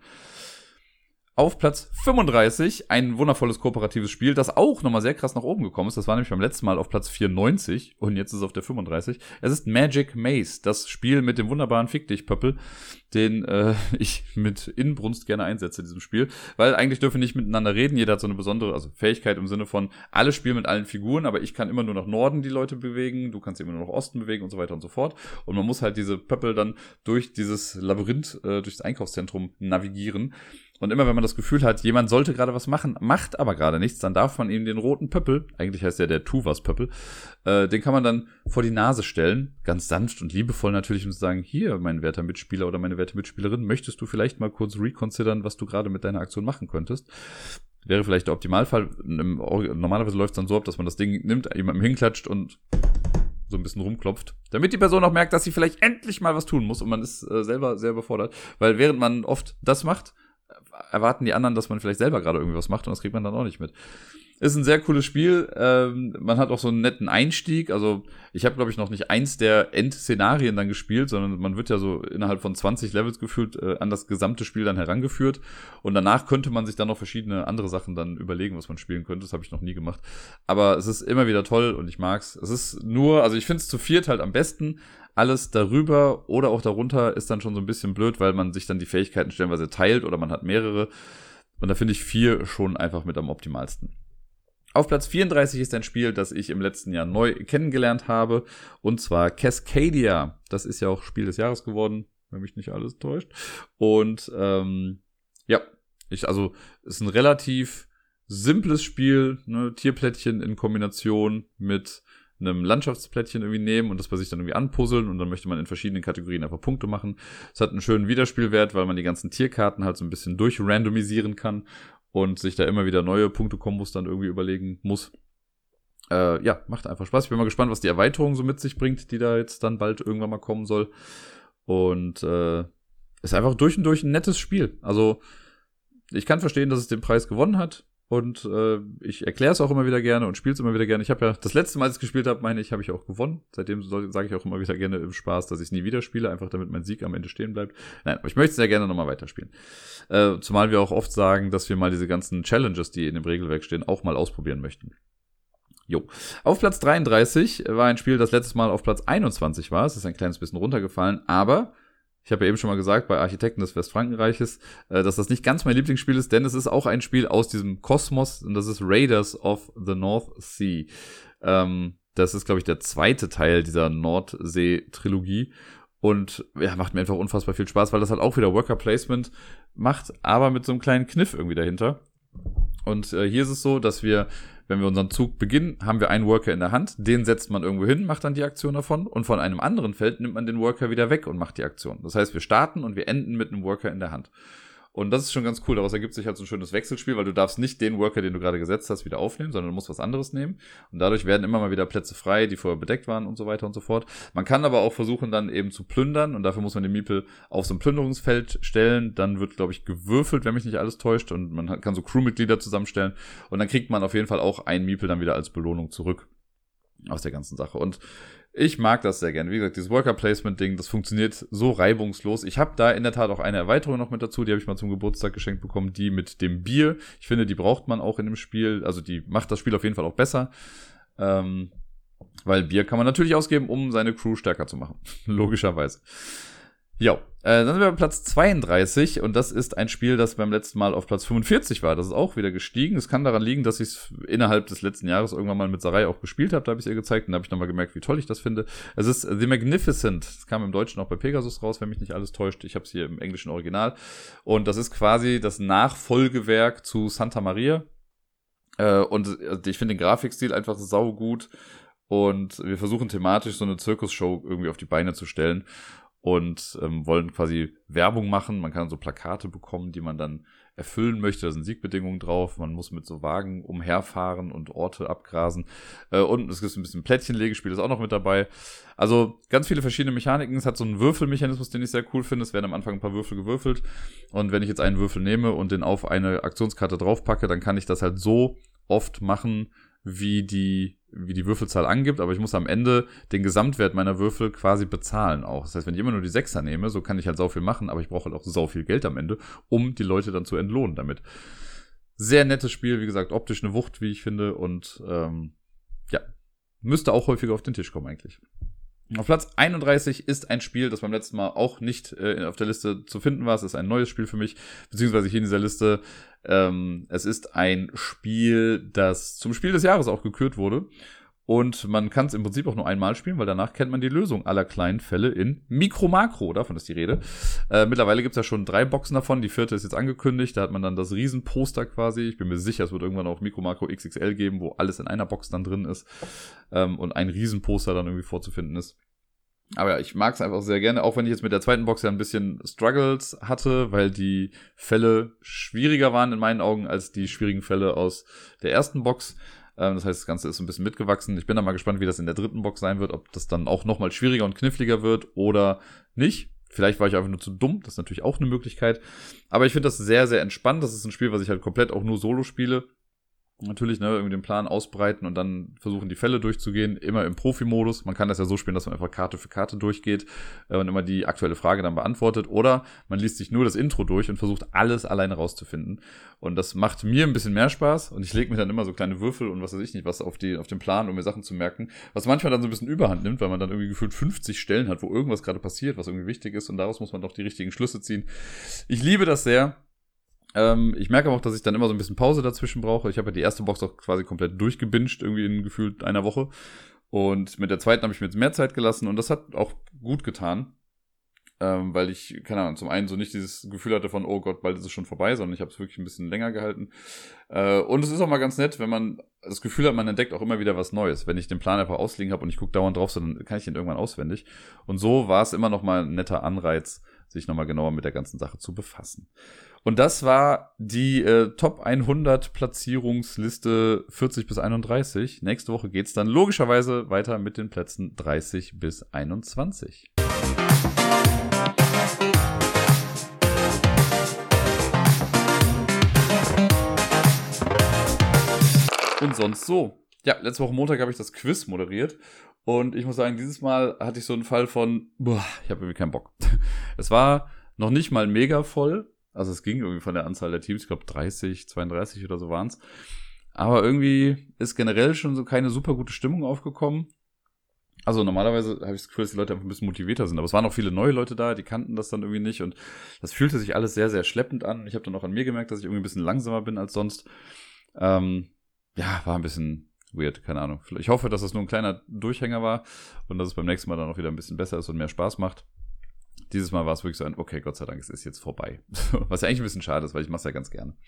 A: Auf Platz fünfunddreißig, ein wundervolles kooperatives Spiel, das auch nochmal sehr krass nach oben gekommen ist. Das war nämlich beim letzten Mal auf Platz vierundneunzig und jetzt ist es auf der fünfunddreißig. Es ist Magic Maze, das Spiel mit dem wunderbaren Fick-Dich-Pöppel, den äh, ich mit Inbrunst gerne einsetze in diesem Spiel. Weil eigentlich dürfen wir nicht miteinander reden. Jeder hat so eine besondere also Fähigkeit im Sinne von, alle spielen mit allen Figuren, aber ich kann immer nur nach Norden die Leute bewegen, du kannst immer nur nach Osten bewegen und so weiter und so fort. Und man muss halt diese Pöppel dann durch dieses Labyrinth, äh, durch das Einkaufszentrum navigieren. Und immer wenn man das Gefühl hat, jemand sollte gerade was machen, macht aber gerade nichts, dann darf man ihm den roten Pöppel, eigentlich heißt der der Tuvas-Pöppel, äh, den kann man dann vor die Nase stellen, ganz sanft und liebevoll natürlich, und sagen, hier, mein werter Mitspieler oder meine werte Mitspielerin, möchtest du vielleicht mal kurz reconsidern, was du gerade mit deiner Aktion machen könntest? Wäre vielleicht der Optimalfall. Normalerweise läuft es dann so ab, dass man das Ding nimmt, jemandem hinklatscht und so ein bisschen rumklopft, damit die Person auch merkt, dass sie vielleicht endlich mal was tun muss und man ist äh, selber sehr überfordert, weil während man oft das macht, erwarten die anderen, dass man vielleicht selber gerade irgendwie was macht und das kriegt man dann auch nicht mit. Ist ein sehr cooles Spiel. Ähm, man hat auch so einen netten Einstieg. Also ich habe, glaube ich, noch nicht eins der Endszenarien dann gespielt, sondern man wird ja so innerhalb von zwanzig Levels gefühlt äh, an das gesamte Spiel dann herangeführt. Und danach könnte man sich dann noch verschiedene andere Sachen dann überlegen, was man spielen könnte. Das habe ich noch nie gemacht. Aber es ist immer wieder toll und ich mag's. Es ist nur, also ich finde es zu viert halt am besten. Alles darüber oder auch darunter ist dann schon so ein bisschen blöd, weil man sich dann die Fähigkeiten stellenweise teilt oder man hat mehrere. Und da finde ich vier schon einfach mit am optimalsten. Auf Platz vierunddreißig ist ein Spiel, das ich im letzten Jahr neu kennengelernt habe. Und zwar Cascadia. Das ist ja auch Spiel des Jahres geworden, wenn mich nicht alles täuscht. Und ähm, ja, ich, also ist ein relativ simples Spiel, ne? Tierplättchen in Kombination mit einem Landschaftsplättchen irgendwie nehmen und das bei sich dann irgendwie anpuzzeln und dann möchte man in verschiedenen Kategorien einfach Punkte machen. Es hat einen schönen Wiederspielwert, weil man die ganzen Tierkarten halt so ein bisschen durchrandomisieren kann und sich da immer wieder neue Punktekombos dann irgendwie überlegen muss. Äh, ja, macht einfach Spaß. Ich bin mal gespannt, was die Erweiterung so mit sich bringt, die da jetzt dann bald irgendwann mal kommen soll. Und äh, ist einfach durch und durch ein nettes Spiel. Also ich kann verstehen, dass es den Preis gewonnen hat. Und äh, ich erkläre es auch immer wieder gerne und spiele es immer wieder gerne. Ich habe ja das letzte Mal, als ich es gespielt habe, meine ich, habe ich auch gewonnen. Seitdem sage ich auch immer wieder gerne im Spaß, dass ich es nie wieder spiele, einfach damit mein Sieg am Ende stehen bleibt. Nein, aber ich möchte es sehr gerne nochmal weiterspielen. Äh, zumal wir auch oft sagen, dass wir mal diese ganzen Challenges, die in dem Regelwerk stehen, auch mal ausprobieren möchten. Jo. Auf Platz dreiunddreißig war ein Spiel, das letztes Mal auf Platz einundzwanzig war. Es ist ein kleines bisschen runtergefallen, aber ich habe ja eben schon mal gesagt, bei Architekten des Westfrankenreiches, äh, dass das nicht ganz mein Lieblingsspiel ist, denn es ist auch ein Spiel aus diesem Kosmos und das ist Raiders of the North Sea. Ähm, das ist, glaube ich, der zweite Teil dieser Nordsee-Trilogie und ja, macht mir einfach unfassbar viel Spaß, weil das halt auch wieder Worker Placement macht, aber mit so einem kleinen Kniff irgendwie dahinter. Und äh, hier ist es so, dass wir, wenn wir unseren Zug beginnen, haben wir einen Worker in der Hand, den setzt man irgendwo hin, macht dann die Aktion davon und von einem anderen Feld nimmt man den Worker wieder weg und macht die Aktion. Das heißt, wir starten und wir enden mit einem Worker in der Hand. Und das ist schon ganz cool, daraus ergibt sich halt so ein schönes Wechselspiel, weil du darfst nicht den Worker, den du gerade gesetzt hast, wieder aufnehmen, sondern du musst was anderes nehmen. Und dadurch werden immer mal wieder Plätze frei, die vorher bedeckt waren und so weiter und so fort. Man kann aber auch versuchen, dann eben zu plündern und dafür muss man den Meeple auf so ein Plünderungsfeld stellen. Dann wird, glaube ich, gewürfelt, wenn mich nicht alles täuscht und man kann so Crewmitglieder zusammenstellen und dann kriegt man auf jeden Fall auch einen Meeple dann wieder als Belohnung zurück aus der ganzen Sache. Und ich mag das sehr gerne. Wie gesagt, dieses Worker-Placement-Ding, das funktioniert so reibungslos. Ich habe da in der Tat auch eine Erweiterung noch mit dazu, die habe ich mal zum Geburtstag geschenkt bekommen, die mit dem Bier. Ich finde, die braucht man auch in dem Spiel. Also die macht das Spiel auf jeden Fall auch besser. Ähm, weil Bier kann man natürlich ausgeben, um seine Crew stärker zu machen. Logischerweise. Ja, äh, dann sind wir bei Platz zweiunddreißig und das ist ein Spiel, das beim letzten Mal auf Platz fünfundvierzig war. Das ist auch wieder gestiegen. Es kann daran liegen, dass ich es innerhalb des letzten Jahres irgendwann mal mit Sarai auch gespielt habe. Da habe ich es ihr gezeigt und da habe ich nochmal gemerkt, wie toll ich das finde. Es ist The Magnificent. Es kam im Deutschen auch bei Pegasus raus, wenn mich nicht alles täuscht. Ich habe es hier im englischen Original. Und das ist quasi das Nachfolgewerk zu Santa Maria. Äh, und ich finde den Grafikstil einfach saugut. Und wir versuchen thematisch so eine Zirkusshow irgendwie auf die Beine zu stellen. und ähm, wollen quasi Werbung machen. Man kann so Plakate bekommen, die man dann erfüllen möchte. Da sind Siegbedingungen drauf. Man muss mit so Wagen umherfahren und Orte abgrasen. Äh, und es gibt ein bisschen Plättchenlegespiel, ist auch noch mit dabei. Also ganz viele verschiedene Mechaniken. Es hat so einen Würfelmechanismus, den ich sehr cool finde. Es werden am Anfang ein paar Würfel gewürfelt. Und wenn ich jetzt einen Würfel nehme und den auf eine Aktionskarte draufpacke, dann kann ich das halt so oft machen, wie die wie die Würfelzahl angibt, aber ich muss am Ende den Gesamtwert meiner Würfel quasi bezahlen auch. Das heißt, wenn ich immer nur die Sechser nehme, so kann ich halt sau viel machen, aber ich brauche halt auch sau viel Geld am Ende, um die Leute dann zu entlohnen damit. Sehr nettes Spiel, wie gesagt, optisch eine Wucht, wie ich finde, und ähm, ja, müsste auch häufiger auf den Tisch kommen eigentlich. Auf Platz einunddreißig ist ein Spiel, das beim letzten Mal auch nicht äh, auf der Liste zu finden war. Es ist ein neues Spiel für mich, beziehungsweise hier in dieser Liste. Ähm, es ist ein Spiel, das zum Spiel des Jahres auch gekürt wurde. Und man kann es im Prinzip auch nur einmal spielen, weil danach kennt man die Lösung aller kleinen Fälle in Micro Macro. Davon ist die Rede. Äh, mittlerweile gibt es ja schon drei Boxen davon. Die vierte ist jetzt angekündigt. Da hat man dann das Riesenposter quasi. Ich bin mir sicher, es wird irgendwann auch Micro Macro X X L geben, wo alles in einer Box dann drin ist. Ähm, und ein Riesenposter dann irgendwie vorzufinden ist. Aber ja, ich mag es einfach sehr gerne, auch wenn ich jetzt mit der zweiten Box ja ein bisschen Struggles hatte, weil die Fälle schwieriger waren in meinen Augen als die schwierigen Fälle aus der ersten Box. Das heißt, das Ganze ist ein bisschen mitgewachsen. Ich bin da mal gespannt, wie das in der dritten Box sein wird, ob das dann auch nochmal schwieriger und kniffliger wird oder nicht. Vielleicht war ich einfach nur zu dumm, das ist natürlich auch eine Möglichkeit. Aber ich finde das sehr, sehr entspannt. Das ist ein Spiel, was ich halt komplett auch nur solo spiele. Natürlich, ne, irgendwie den Plan ausbreiten und dann versuchen, die Fälle durchzugehen, immer im Profi-Modus. Man kann das ja so spielen, dass man einfach Karte für Karte durchgeht äh, und immer die aktuelle Frage dann beantwortet. Oder man liest sich nur das Intro durch und versucht, alles alleine rauszufinden. Und das macht mir ein bisschen mehr Spaß. Und ich lege mir dann immer so kleine Würfel und was weiß ich nicht, was auf, die, auf den Plan, um mir Sachen zu merken. Was manchmal dann so ein bisschen Überhand nimmt, weil man dann irgendwie gefühlt fünfzig Stellen hat, wo irgendwas gerade passiert, was irgendwie wichtig ist. Und daraus muss man doch die richtigen Schlüsse ziehen. Ich liebe das sehr. Ähm, ich merke aber auch, dass ich dann immer so ein bisschen Pause dazwischen brauche. Ich habe ja die erste Box auch quasi komplett durchgebinged, irgendwie in gefühlt einer Woche. Und mit der zweiten habe ich mir jetzt mehr Zeit gelassen und das hat auch gut getan. Ähm, weil ich, keine Ahnung, zum einen so nicht dieses Gefühl hatte von, oh Gott, bald ist es schon vorbei, sondern ich habe es wirklich ein bisschen länger gehalten. Äh, und es ist auch mal ganz nett, wenn man das Gefühl hat, man entdeckt auch immer wieder was Neues. Wenn ich den Plan einfach ausliegen habe und ich gucke dauernd drauf, so, dann kann ich den irgendwann auswendig. Und so war es immer noch mal ein netter Anreiz, sich nochmal genauer mit der ganzen Sache zu befassen. Und das war die äh, Top hundert Platzierungsliste vierzig bis einunddreißig. Nächste Woche geht's dann logischerweise weiter mit den Plätzen dreißig bis einundzwanzig. Und sonst so. Ja, letzte Woche Montag habe ich das Quiz moderiert. Und ich muss sagen, dieses Mal hatte ich so einen Fall von, boah, ich habe irgendwie keinen Bock. Es war noch nicht mal mega voll. Also es ging irgendwie von der Anzahl der Teams, ich glaube dreißig, zweiunddreißig oder so waren es. Aber irgendwie ist generell schon so keine super gute Stimmung aufgekommen. Also normalerweise habe ich das Gefühl, dass die Leute einfach ein bisschen motivierter sind. Aber es waren auch viele neue Leute da, die kannten das dann irgendwie nicht. Und das fühlte sich alles sehr, sehr schleppend an. Ich habe dann auch an mir gemerkt, dass ich irgendwie ein bisschen langsamer bin als sonst. Ähm, ja, war ein bisschen weird, keine Ahnung. Ich hoffe, dass das nur ein kleiner Durchhänger war und dass es beim nächsten Mal dann auch wieder ein bisschen besser ist und mehr Spaß macht. Dieses Mal war es wirklich so ein, okay, Gott sei Dank, es ist jetzt vorbei. Was ja eigentlich ein bisschen schade ist, weil ich mache es ja ganz gerne.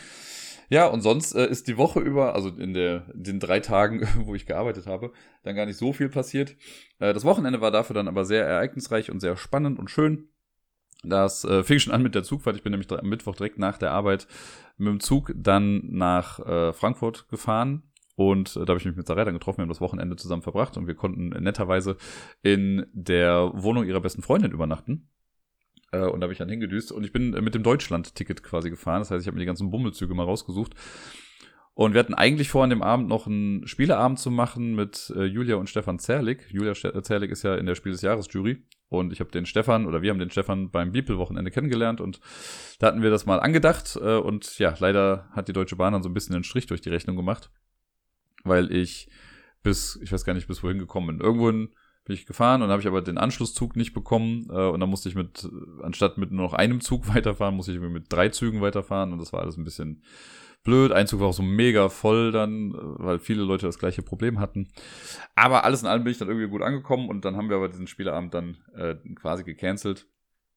A: Ja, und sonst äh, ist die Woche über, also in der in den drei Tagen, wo ich gearbeitet habe, dann gar nicht so viel passiert. Äh, das Wochenende war dafür dann aber sehr ereignisreich und sehr spannend und schön. Das äh, fing schon an mit der Zugfahrt. Ich bin nämlich am Mittwoch direkt nach der Arbeit mit dem Zug dann nach äh, Frankfurt gefahren. Und äh, da habe ich mich mit Sarah dann getroffen, wir haben das Wochenende zusammen verbracht und wir konnten netterweise in der Wohnung ihrer besten Freundin übernachten. Äh, und da habe ich dann hingedüst und ich bin äh, mit dem Deutschland-Ticket quasi gefahren. Das heißt, ich habe mir die ganzen Bummelzüge mal rausgesucht. Und wir hatten eigentlich vor, an dem Abend noch einen Spieleabend zu machen mit äh, Julia und Stefan Zerlik. Julia Zerlik ist ja in der Spiel des Jahres-Jury. Und ich habe den Stefan, oder wir haben den Stefan beim Beeple-Wochenende kennengelernt. Und da hatten wir das mal angedacht. Äh, und ja, leider hat die Deutsche Bahn dann so ein bisschen einen Strich durch die Rechnung gemacht. Weil ich bis, ich weiß gar nicht, bis wohin gekommen bin. Irgendwohin bin ich gefahren und habe ich aber den Anschlusszug nicht bekommen. Äh, und dann musste ich mit, anstatt mit nur noch einem Zug weiterfahren, musste ich mit drei Zügen weiterfahren. Und das war alles ein bisschen blöd. Ein Zug war auch so mega voll dann, weil viele Leute das gleiche Problem hatten. Aber alles in allem bin ich dann irgendwie gut angekommen. Und dann haben wir aber diesen Spieleabend dann äh, quasi gecancelt.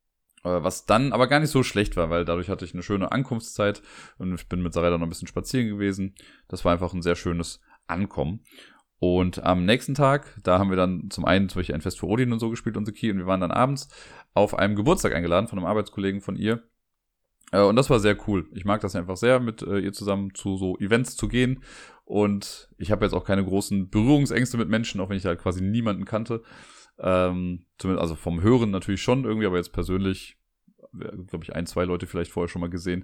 A: Was dann aber gar nicht so schlecht war, weil dadurch hatte ich eine schöne Ankunftszeit und ich bin mit Sarah dann noch ein bisschen spazieren gewesen. Das war einfach ein sehr schönes Ankommen. Und am nächsten Tag, da haben wir dann zum einen zum Beispiel ein Fest für Odin und so gespielt und Seki, und wir waren dann abends auf einem Geburtstag eingeladen von einem Arbeitskollegen von ihr. Äh, und das war sehr cool. Ich mag das einfach sehr, mit äh, ihr zusammen zu so Events zu gehen. Und ich habe jetzt auch keine großen Berührungsängste mit Menschen, auch wenn ich halt quasi niemanden kannte. Ähm, zumindest, also vom Hören natürlich schon irgendwie, aber jetzt persönlich, glaube ich, ein, zwei Leute vielleicht vorher schon mal gesehen.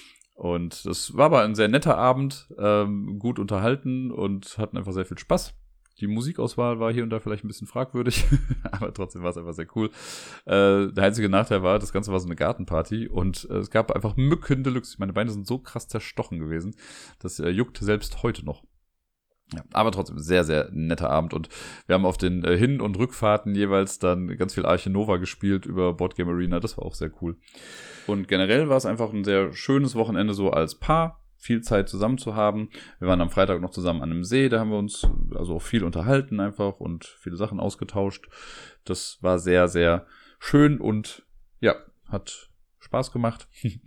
A: Und das war aber ein sehr netter Abend, ähm, gut unterhalten und hatten einfach sehr viel Spaß. Die Musikauswahl war hier und da vielleicht ein bisschen fragwürdig, aber trotzdem war es einfach sehr cool. Äh, der einzige Nachteil war, das Ganze war so eine Gartenparty und äh, es gab einfach Mücken Deluxe. Meine Beine sind so krass zerstochen gewesen, das äh, juckt selbst heute noch. Ja, aber trotzdem sehr, sehr netter Abend, und wir haben auf den äh, Hin- und Rückfahrten jeweils dann ganz viel Arche Nova gespielt über Boardgame Arena, das war auch sehr cool. Und generell war es einfach ein sehr schönes Wochenende so als Paar, viel Zeit zusammen zu haben. Wir waren am Freitag noch zusammen an einem See, da haben wir uns also auch viel unterhalten einfach und viele Sachen ausgetauscht. Das war sehr, sehr schön und ja, hat Spaß gemacht.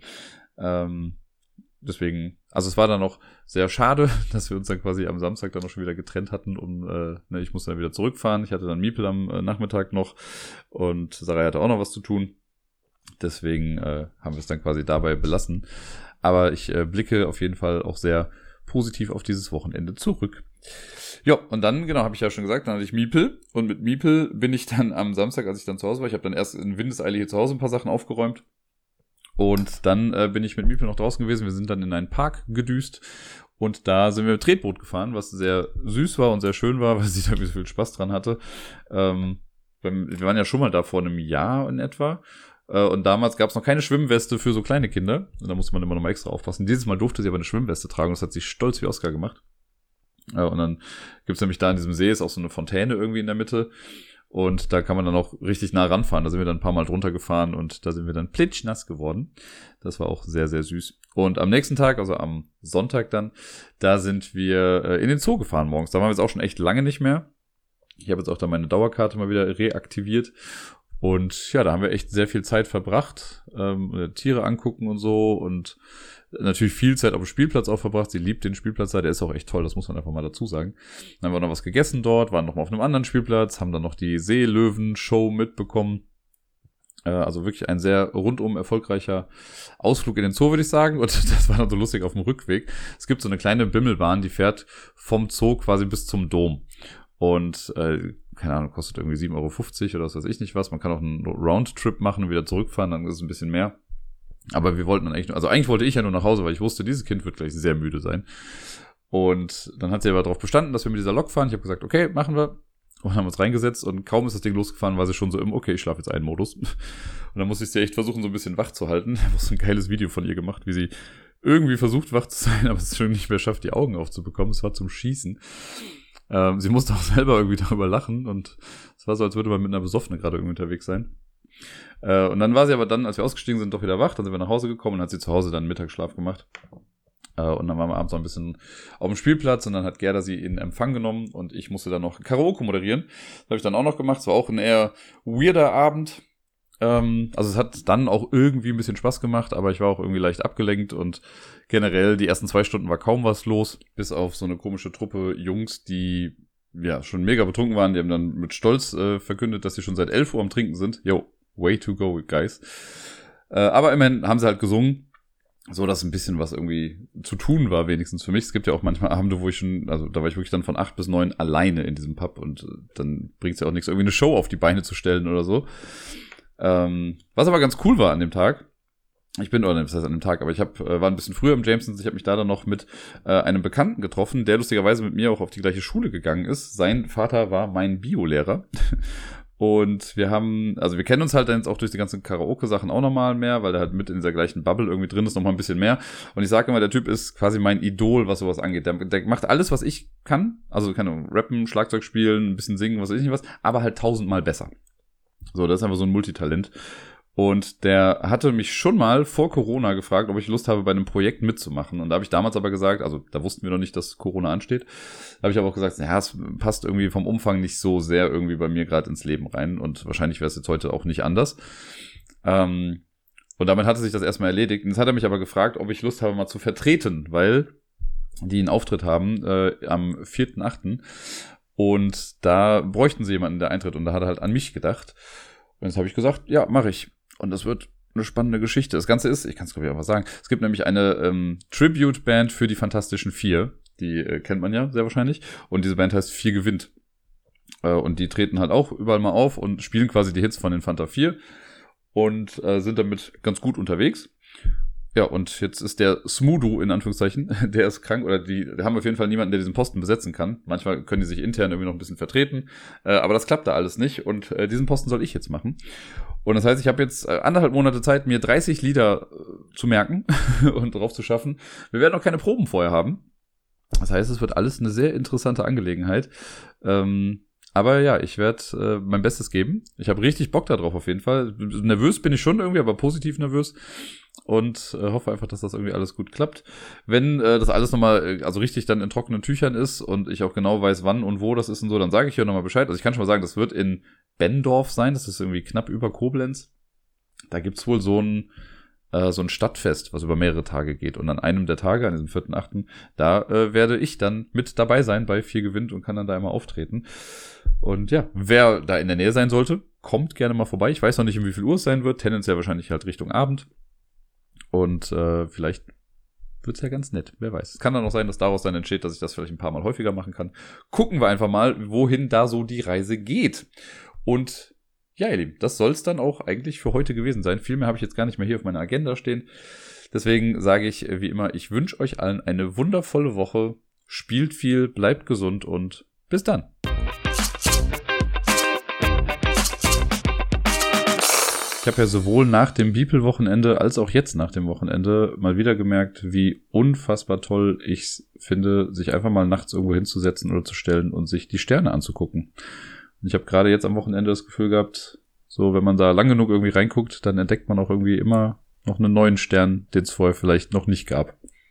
A: ähm, Deswegen, also es war dann noch sehr schade, dass wir uns dann quasi am Samstag dann noch schon wieder getrennt hatten, um, äh, ne, ich musste dann wieder zurückfahren. Ich hatte dann Miepel am äh, Nachmittag noch und Sarai hatte auch noch was zu tun. Deswegen äh, haben wir es dann quasi dabei belassen. Aber ich äh, blicke auf jeden Fall auch sehr positiv auf dieses Wochenende zurück. Ja, und dann, genau, habe ich ja schon gesagt, dann hatte ich Miepel. Und mit Miepel bin ich dann am Samstag, als ich dann zu Hause war, ich habe dann erst in Windeseile hier zu Hause ein paar Sachen aufgeräumt. Und dann äh, bin ich mit Miepel noch draußen gewesen. Wir sind dann in einen Park gedüst. Und da sind wir mit Tretboot gefahren, was sehr süß war und sehr schön war, weil sie da so viel Spaß dran hatte. Ähm, wir waren ja schon mal da vor einem Jahr in etwa. Und damals gab es noch keine Schwimmweste für so kleine Kinder. Und da musste man immer noch mal extra aufpassen. Dieses Mal durfte sie aber eine Schwimmweste tragen. Das hat sie stolz wie Oscar gemacht. Und dann gibt's nämlich da in diesem See ist auch so eine Fontäne irgendwie in der Mitte. Und da kann man dann auch richtig nah ranfahren. Da sind wir dann ein paar Mal drunter gefahren und da sind wir dann plitschnass geworden. Das war auch sehr, sehr süß. Und am nächsten Tag, also am Sonntag dann, da sind wir in den Zoo gefahren morgens. Da waren wir jetzt auch schon echt lange nicht mehr. Ich habe jetzt auch da meine Dauerkarte mal wieder reaktiviert. Und ja, da haben wir echt sehr viel Zeit verbracht, ähm, Tiere angucken und so und natürlich viel Zeit auf dem Spielplatz auch verbracht. Sie liebt den Spielplatz da, der ist auch echt toll, das muss man einfach mal dazu sagen. Dann haben wir noch was gegessen dort, waren noch mal auf einem anderen Spielplatz, haben dann noch die Seelöwen-Show mitbekommen. Äh, also wirklich ein sehr rundum erfolgreicher Ausflug in den Zoo, würde ich sagen. Und das war dann so lustig auf dem Rückweg. Es gibt so eine kleine Bimmelbahn, die fährt vom Zoo quasi bis zum Dom. Und, äh, keine Ahnung, kostet irgendwie sieben Euro fünfzig oder was weiß ich nicht was. Man kann auch einen Roundtrip machen und wieder zurückfahren, dann ist es ein bisschen mehr. Aber wir wollten dann eigentlich nur, also eigentlich wollte ich ja nur nach Hause, weil ich wusste, dieses Kind wird gleich sehr müde sein. Und dann hat sie aber darauf bestanden, dass wir mit dieser Lok fahren. Ich habe gesagt, okay, machen wir. Und haben uns reingesetzt und kaum ist das Ding losgefahren, war sie schon so im, okay, ich schlafe jetzt einen Modus. Und dann musste ich sie echt versuchen, so ein bisschen wach zu halten. Ich habe so ein geiles Video von ihr gemacht, wie sie irgendwie versucht, wach zu sein, aber es schon nicht mehr schafft, die Augen aufzubekommen. Es war zum Schießen. Ähm, sie musste auch selber irgendwie darüber lachen und es war so, als würde man mit einer Besoffenen gerade irgendwie unterwegs sein. Äh, und dann war sie aber dann, als wir ausgestiegen sind, doch wieder wach. Dann sind wir nach Hause gekommen und hat sie zu Hause dann einen Mittagsschlaf gemacht. Äh, und dann waren wir abends noch ein bisschen auf dem Spielplatz und dann hat Gerda sie in Empfang genommen und ich musste dann noch Karaoke moderieren. Das habe ich dann auch noch gemacht. Es war auch ein eher weirder Abend. Ähm, also es hat dann auch irgendwie ein bisschen Spaß gemacht, aber ich war auch irgendwie leicht abgelenkt und generell die ersten zwei Stunden war kaum was los, bis auf so eine komische Truppe Jungs, die ja schon mega betrunken waren. Die haben dann mit Stolz äh, verkündet, dass sie schon seit elf Uhr am Trinken sind. Yo, way to go, guys. Äh, aber immerhin haben sie halt gesungen, so dass ein bisschen was irgendwie zu tun war, wenigstens für mich. Es gibt ja auch manchmal Abende, wo ich schon, also da war ich wirklich dann von acht bis neun alleine in diesem Pub und äh, dann bringt es ja auch nichts, irgendwie eine Show auf die Beine zu stellen oder so. Ähm, was aber ganz cool war an dem Tag, ich bin, oder das heißt an dem Tag, aber ich hab, äh, war ein bisschen früher im Jamesons, ich habe mich da dann noch mit äh, einem Bekannten getroffen, der lustigerweise mit mir auch auf die gleiche Schule gegangen ist. Sein Vater war mein Biolehrer und wir haben, also wir kennen uns halt dann jetzt auch durch die ganzen Karaoke-Sachen auch nochmal mehr, weil er halt mit in dieser gleichen Bubble irgendwie drin ist, nochmal ein bisschen mehr. Und ich sage immer, der Typ ist quasi mein Idol, was sowas angeht. Der, der macht alles, was ich kann, also keine Ahnung, rappen, Schlagzeug spielen, ein bisschen singen, was weiß ich nicht was, aber halt tausendmal besser. So, das ist einfach so ein Multitalent. Und der hatte mich schon mal vor Corona gefragt, ob ich Lust habe, bei einem Projekt mitzumachen. Und da habe ich damals aber gesagt, also da wussten wir noch nicht, dass Corona ansteht. Da habe ich aber auch gesagt, ja, es passt irgendwie vom Umfang nicht so sehr irgendwie bei mir gerade ins Leben rein. Und wahrscheinlich wäre es jetzt heute auch nicht anders. Ähm, und damit hatte sich das erstmal erledigt. Und jetzt hat er mich aber gefragt, ob ich Lust habe, mal zu vertreten, weil die einen Auftritt haben äh, am vierten achten Und da bräuchten sie jemanden, der eintritt. Und da hat er halt an mich gedacht. Und jetzt habe ich gesagt, ja, mache ich. Und das wird eine spannende Geschichte. Das Ganze ist, ich kann es glaube ich auch mal sagen, es gibt nämlich eine ähm, Tribute-Band für die Fantastischen Vier. Die äh, kennt man ja sehr wahrscheinlich. Und diese Band heißt Vier gewinnt. Äh, und die treten halt auch überall mal auf und spielen quasi die Hits von den Fanta Vier. Und äh, sind damit ganz gut unterwegs. Ja, und jetzt ist der Smudo, in Anführungszeichen, der ist krank, oder die, die haben auf jeden Fall niemanden, der diesen Posten besetzen kann. Manchmal können die sich intern irgendwie noch ein bisschen vertreten, äh, aber das klappt da alles nicht und äh, diesen Posten soll ich jetzt machen. Und das heißt, ich habe jetzt äh, anderthalb Monate Zeit, mir dreißig Lieder äh, zu merken und drauf zu schaffen. Wir werden auch keine Proben vorher haben. Das heißt, es wird alles eine sehr interessante Angelegenheit. Ähm, Aber ja, ich werde äh, mein Bestes geben. Ich habe richtig Bock darauf auf jeden Fall. Nervös bin ich schon irgendwie, aber positiv nervös. Und äh, hoffe einfach, dass das irgendwie alles gut klappt. Wenn äh, das alles nochmal, äh, also richtig dann in trockenen Tüchern ist und ich auch genau weiß, wann und wo das ist und so, dann sage ich hier nochmal Bescheid. Also ich kann schon mal sagen, das wird in Benndorf sein. Das ist irgendwie knapp über Koblenz. Da gibt's wohl so ein äh, so ein Stadtfest, was über mehrere Tage geht. Und an einem der Tage, an diesem vierten achten, da äh, werde ich dann mit dabei sein bei Vier gewinnt und kann dann da immer auftreten. Und ja, wer da in der Nähe sein sollte, kommt gerne mal vorbei. Ich weiß noch nicht, um wie viel Uhr es sein wird. Tendenziell wahrscheinlich halt Richtung Abend. Und äh, vielleicht wird's ja ganz nett. Wer weiß. Es kann dann auch sein, dass daraus dann entsteht, dass ich das vielleicht ein paar Mal häufiger machen kann. Gucken wir einfach mal, wohin da so die Reise geht. Und ja, ihr Lieben, das soll's dann auch eigentlich für heute gewesen sein. Viel mehr habe ich jetzt gar nicht mehr hier auf meiner Agenda stehen. Deswegen sage ich wie immer, ich wünsche euch allen eine wundervolle Woche. Spielt viel, bleibt gesund und bis dann. Ich habe ja sowohl nach dem Beeple-Wochenende als auch jetzt nach dem Wochenende mal wieder gemerkt, wie unfassbar toll ich es finde, sich einfach mal nachts irgendwo hinzusetzen oder zu stellen und sich die Sterne anzugucken. Und ich habe gerade jetzt am Wochenende das Gefühl gehabt, so wenn man da lang genug irgendwie reinguckt, dann entdeckt man auch irgendwie immer noch einen neuen Stern, den es vorher vielleicht noch nicht gab.